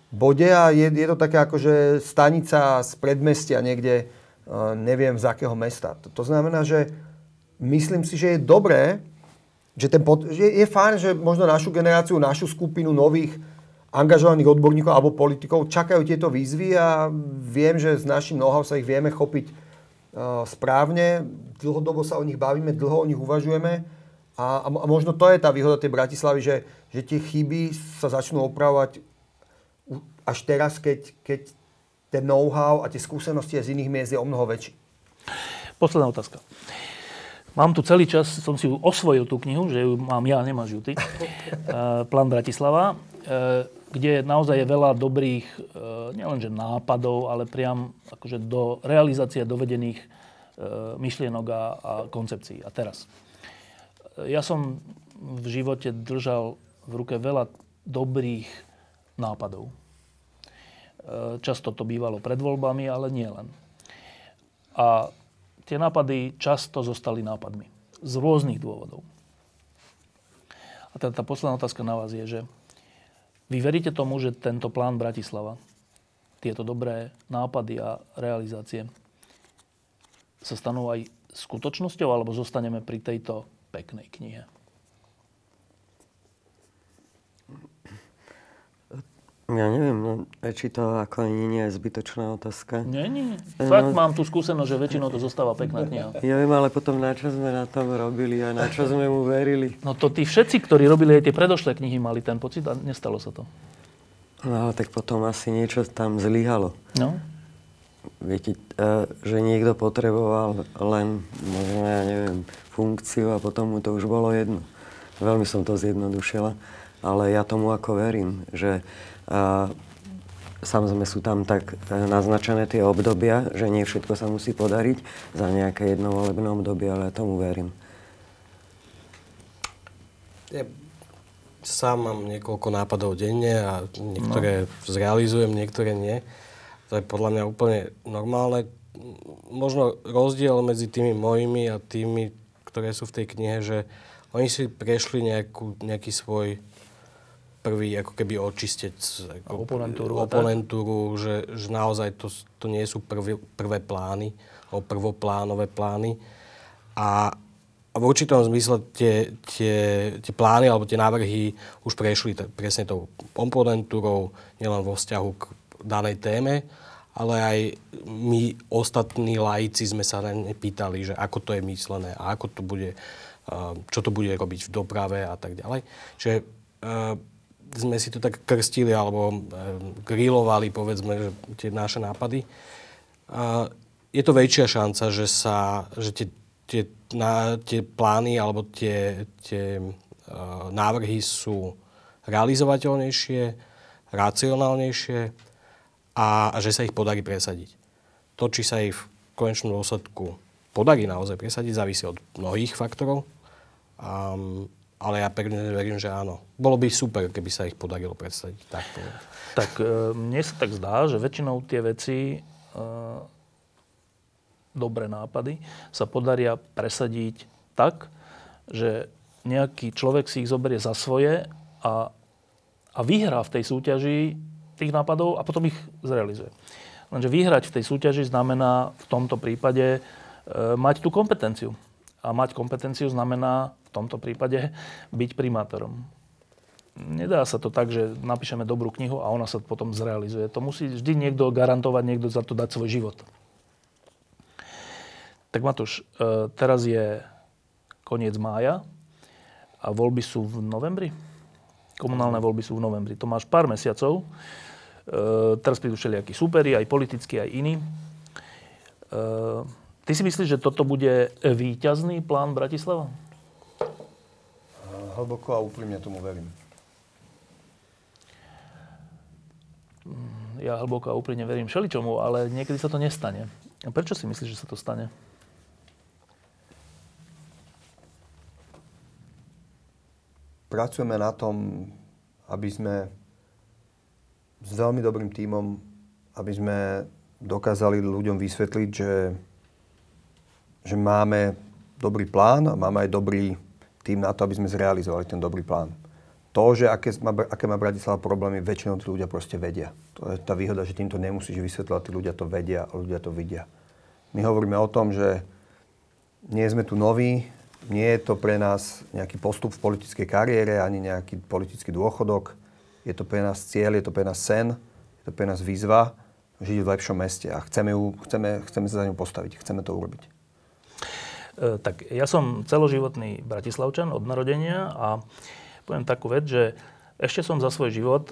bode a je, je to také akože stanica z predmestia niekde, uh, neviem z akého mesta. To, to znamená, že myslím si, že je dobré, že, ten pod, že je fajn, že možno našu generáciu, našu skupinu nových angažovaných odborníkov alebo politikov čakajú tieto výzvy a viem, že s našim know-how sa ich vieme chopiť uh, správne. Dlhodobo sa o nich bavíme, dlho o nich uvažujeme a, a možno to je tá výhoda tej Bratislavy, že, že tie chyby sa začnú opravovať až teraz, keď, keď ten know-how a tie skúsenosti z iných miest je o mnoho väčší. Posledná otázka. Mám tu celý čas, som si osvojil tú knihu, že ju mám ja, nemáš ju ty. Plán Bratislava, kde naozaj je veľa dobrých, nielenže nápadov, ale priam akože do realizácie dovedených myšlienok a, a koncepcií. A teraz. Ja som v živote držal v ruke veľa dobrých nápadov. Často to bývalo pred voľbami, ale nie len. A tie nápady často zostali nápadmi. Z rôznych dôvodov. A teda tá posledná otázka na vás je, že vy veríte tomu, že tento plán Bratislava, tieto dobré nápady a realizácie sa stanú aj skutočnosťou, alebo zostaneme pri tejto peknej knihe? Ja neviem, no, či to ako ani nie je zbytočná otázka. Nie, nie. Fakt no, mám tú skúsenosť, že väčšinou to zostáva pekná kniha. Ja viem, ale potom na čo sme na tom robili a na čo sme mu verili. No to tí všetci, ktorí robili aj tie predošlé knihy, mali ten pocit a nestalo sa to. No ale tak potom asi niečo tam zlyhalo. No. Viete, že niekto potreboval len, možno ja neviem, funkciu a potom mu to už bolo jedno. Veľmi som to zjednodušila, ale ja tomu ako verím, že a samozrejme sú tam tak naznačené tie obdobia, že nie všetko sa musí podariť za nejaké jedno volebné obdobie, ale ja tomu verím. Ja sám mám niekoľko nápadov denne a niektoré no. zrealizujem, niektoré nie. To je podľa mňa úplne normálne. Možno rozdiel medzi tými mojimi a tými, ktoré sú v tej knihe, že oni si prešli nejakú, nejaký svoj prvý ako keby očistec ako oponentúru, oponentúru že, že naozaj to, to nie sú prvé, prvé plány, alebo prvoplánové plány. A, a v určitom zmysle tie, tie, tie plány alebo tie návrhy už prešli t- presne tou oponentúrou, nielen vo vzťahu k danej téme, ale aj my ostatní laici sme sa nepýtali, že ako to je myslené a ako to bude, čo to bude robiť v doprave a tak ďalej. Čiže sme si to tak krstili alebo e, grilovali, povedzme, že tie naše nápady. A je to väčšia šanca, že sa, že tie, tie, na, tie plány alebo tie, tie e, návrhy sú realizovateľnejšie, racionálnejšie a, a že sa ich podarí presadiť. To, či sa ich v konečnom dôsledku podarí naozaj presadiť, závisí od mnohých faktorov. Um, Ale ja pevne verím, že áno. Bolo by super, keby sa ich podarilo predstaviť. Tak, tak e, mne sa tak zdá, že väčšinou tie veci, e, dobré nápady, sa podaria presadiť tak, že nejaký človek si ich zoberie za svoje a, a vyhrá v tej súťaži tých nápadov a potom ich zrealizuje. Lenže vyhrať v tej súťaži znamená v tomto prípade e, mať tú kompetenciu. A mať kompetenciu znamená v tomto prípade byť primátorom. Nedá sa to tak, že napíšeme dobrú knihu a ona sa potom zrealizuje. To musí vždy niekto garantovať, niekto za to dať svoj život. Tak Matúš, teraz je koniec mája a voľby sú v novembri? Komunálne voľby sú v novembri. To máš pár mesiacov. Teraz prídu všelijakí súperi, aj politickí, aj iní. Ty si myslíš, že toto bude víťazný plán Bratislava? Hlboko a úprimne tomu verím. Ja hlboko a úprimne verím všeličomu, ale niekedy sa to nestane. A prečo si myslíš, že sa to stane? Pracujeme na tom, aby sme s veľmi dobrým tímom, aby sme dokázali ľuďom vysvetliť, že, že máme dobrý plán a máme aj dobrý tým na to, aby sme zrealizovali ten dobrý plán. to, že aké má, aké má Bratislava problémy, väčšinou tí ľudia proste vedia. To je tá výhoda, že týmto nemusíš vysvetľovať, tí ľudia to vedia a ľudia to vidia. My hovoríme o tom, že nie sme tu noví, nie je to pre nás nejaký postup v politickej kariére, ani nejaký politický dôchodok. Je to pre nás cieľ, je to pre nás sen, je to pre nás výzva žiť v lepšom meste a chceme, ju, chceme, chceme sa za ňu postaviť, chceme to urobiť. E, tak ja som celoživotný Bratislavčan od narodenia a poviem takú vec, že ešte som za svoj život e,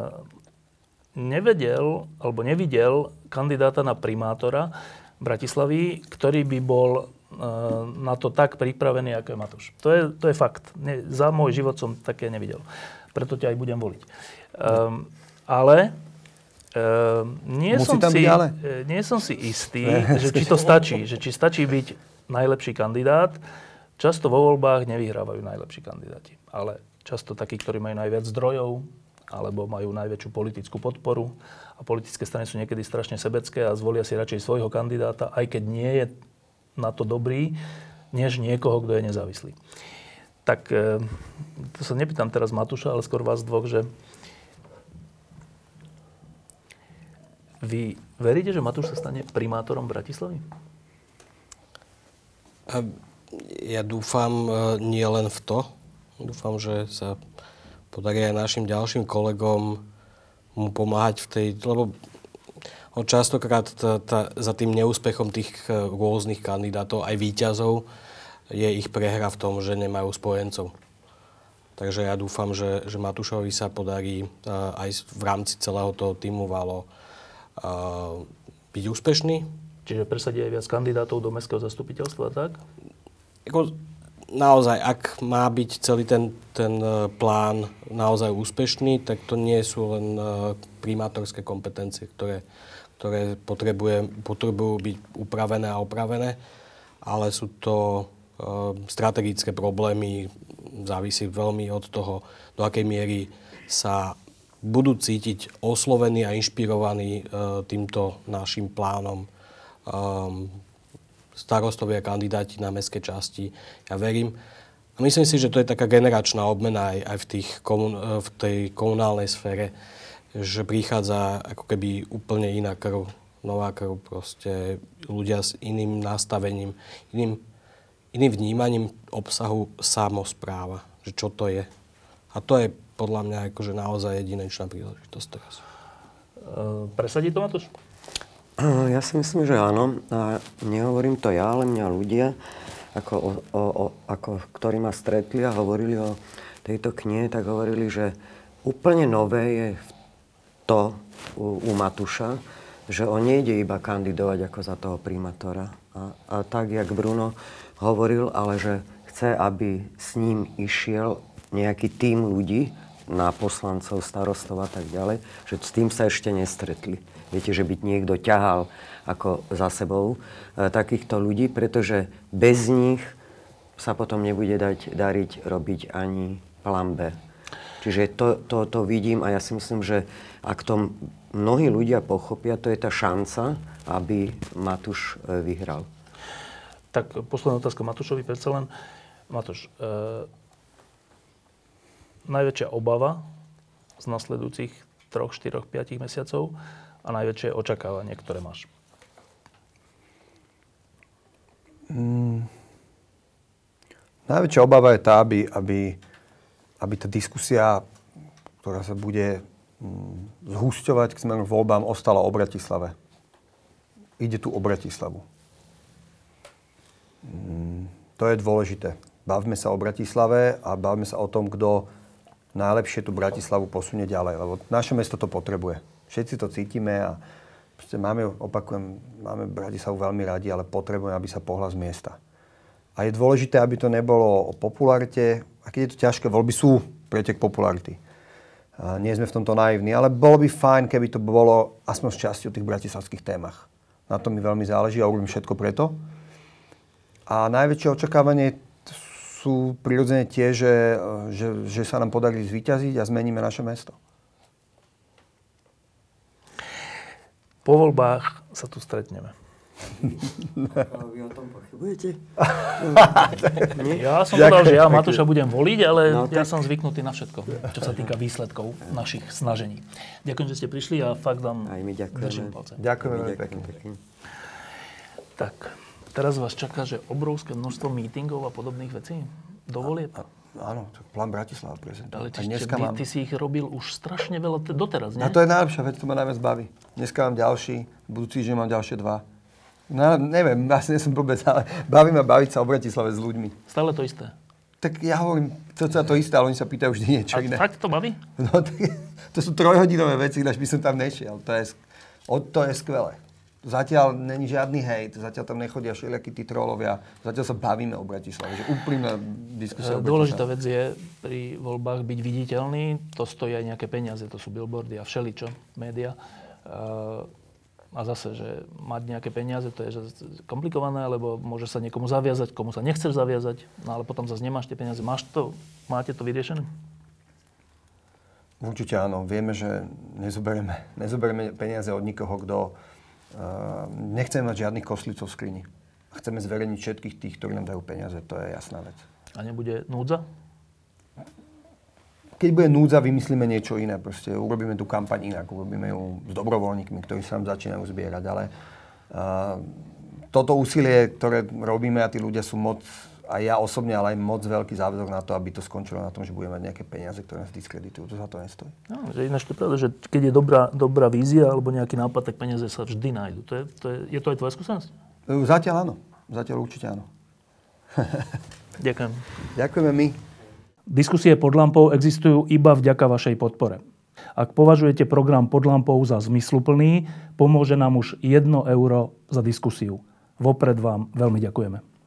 nevedel alebo nevidel kandidáta na primátora Bratislavy, ktorý by bol e, na to tak pripravený, ako je Matúš. To je, to je fakt. Ne, za môj život som také nevidel. Preto ťa aj budem voliť. E, ale e, nie, som si, ale? nie som si istý, že či to stačí. Že či stačí byť najlepší kandidát. Často vo voľbách nevyhrávajú najlepší kandidáti. Ale často takí, ktorí majú najviac zdrojov, alebo majú najväčšiu politickú podporu a politické strany sú niekedy strašne sebecké a zvolia si radšej svojho kandidáta, aj keď nie je na to dobrý, než niekoho, kto je nezávislý. Tak to sa nepýtam teraz Matúša, ale skôr vás dvoch, že vy veríte, že Matúš sa stane primátorom Bratislavy? Ja dúfam nie len v to. Dúfam, že sa podarí aj našim ďalším kolegom mu pomáhať v tej, lebo častokrát tá, tá, za tým neúspechom tých rôznych kandidátov, aj víťazov, je ich prehra v tom, že nemajú spojencov. Takže ja dúfam, že, že Matúšovi sa podarí uh, aj v rámci celého toho týmu Valo uh, byť úspešný. Čiže presadí aj viac kandidátov do mestského zastupiteľstva, tak? Ako, naozaj, ak má byť celý ten, ten plán naozaj úspešný, tak to nie sú len primátorské kompetencie, ktoré, ktoré potrebuje, potrebujú byť upravené a opravené, ale sú to uh, strategické problémy, závisí veľmi od toho, do akej miery sa budú cítiť oslovení a inšpirovaní uh, týmto našim plánom um, starostovia kandidáti na mestské časti. Ja verím. A myslím si, že to je taká generačná obmena aj, aj v, tých komun, v tej komunálnej sfére, že prichádza ako keby úplne iná krv, nová krv, proste ľudia s iným nastavením, iným, iným vnímaním obsahu samospráva, že čo to je. A to je podľa mňa akože naozaj jedinečná príležitosť teraz. E, presadí to, Matúš? Ja si myslím, že áno. A nehovorím to ja, ale mňa ľudia, ako, o, o, o, ako, ktorí ma stretli a hovorili o tejto knihe, tak hovorili, že úplne nové je to u, u Matúša, že on nejde iba kandidovať ako za toho primátora. A, a tak, jak Bruno hovoril, ale že chce, aby s ním išiel nejaký tím ľudí na poslancov, starostov a tak ďalej, že s tým sa ešte nestretli. Viete, že by niekto ťahal ako za sebou e, takýchto ľudí, pretože bez nich sa potom nebude dať dariť robiť ani plán B. Čiže to, to, to vidím a ja si myslím, že ak to mnohí ľudia pochopia, to je tá šanca, aby Matúš e, vyhral. Tak posledná otázka Matúšovi, predsa len. Matúš, e, najväčšia obava z nasledujúcich troch, štyroch, piatich mesiacov a najväčšie očakávanie, ktoré máš? Mm. Najväčšia obava je tá, aby, aby, aby tá diskusia, ktorá sa bude mm, zhusťovať k smerom voľbám, ostala o Bratislave. Ide tu o Bratislavu. Mm, to je dôležité. Bavme sa o Bratislave a bavme sa o tom, kto najlepšie tú Bratislavu posunie ďalej, lebo naše mesto to potrebuje. Všetci to cítime a máme, opakujem, máme Bratislavu veľmi radi, ale potrebujeme, aby sa pohla z miesta. A je dôležité, aby to nebolo o popularite. A keď je to ťažké, voľby sú pretek popularity. A nie sme v tomto naivní, ale bolo by fajn, keby to bolo aspoň z časti o tých bratislavských témach. Na to mi veľmi záleží a urobím všetko preto. A najväčšie očakávanie sú prirodzene tie, že, že, že sa nám podarí zvíťaziť a zmeníme naše mesto. Po voľbách sa tu stretneme. Vy o tom pochybujete? Ja som povedal, že ja Ďakujem Matúša budem voliť, ale No, ja som zvyknutý na všetko, čo sa týka výsledkov našich snažení. Ďakujem, že ste prišli a fakt vám Aj my ďakujeme. držím palce. Ďakujeme My veľmi ďakujeme pekne. pekne. Tak, teraz vás čaká, že obrovské množstvo mítingov a podobných vecí do volieb. Áno, tak plán Bratislava prezentuje. Ale A ty, dneska ty, mám... ty si ich robil už strašne veľa t- doteraz, nie? A to je najlepšia vec, to ma najviac baví. Dneska mám ďalší, budúci týždeň mám ďalšie dva. No, neviem, asi nie som blbec, ale baví ma baviť sa o Bratislave s ľuďmi. Stále to isté. Tak ja hovorím, to je to isté, ale oni sa pýtajú vždy niečo A iné. fakt to baví? No, tak, to sú trojhodinové veci, ináč by som tam nešiel. To je, to je skvelé. Zatiaľ není žiadny hejt, zatiaľ tam nechodia všelijakí tí trolovia. Zatiaľ sa bavíme o Bratislave, že úprimná diskusia o Bratislave. Dôležitá vec je pri voľbách byť viditeľný. To stojí aj nejaké peniaze, to sú billboardy a všeličo, média. A zase, že mať nejaké peniaze, to je že komplikované, lebo môže sa niekomu zaviazať, komu sa nechceš zaviazať, no ale potom zase nemáš tie peniaze. Máš to, máte to vyriešené? Určite áno. Vieme, že nezoberieme, nezoberieme peniaze od nikoho, kto uh, nechceme mať žiadnych kostlícov v skrini. Chceme zverejniť všetkých tých, ktorí nám dajú peniaze. To je jasná vec. A nebude núdza? Keď bude núdza, vymyslíme niečo iné. Proste urobíme tú kampaň inak. Urobíme ju s dobrovoľníkmi, ktorí sa nám začínajú zbierať. Ale uh, toto úsilie, ktoré robíme a tí ľudia sú moc, aj ja osobne, ale aj moc veľký záväzok na to, aby to skončilo na tom, že budeme mať nejaké peniaze, ktoré nás diskreditujú. To za to nestojí. No, že ináč to je pravda, že keď je dobrá, dobrá vízia alebo nejaký nápad, tak peniaze sa vždy nájdu. To je, to je, je to aj tvoja skúsenosť? Zatiaľ áno. Zatiaľ určite áno. Ďakujem. Ďakujeme my. Diskusie pod lampou existujú iba vďaka vašej podpore. Ak považujete program Pod lampou za zmysluplný, pomôže nám už jedno euro za diskusiu. Vopred vám veľmi ďakujeme.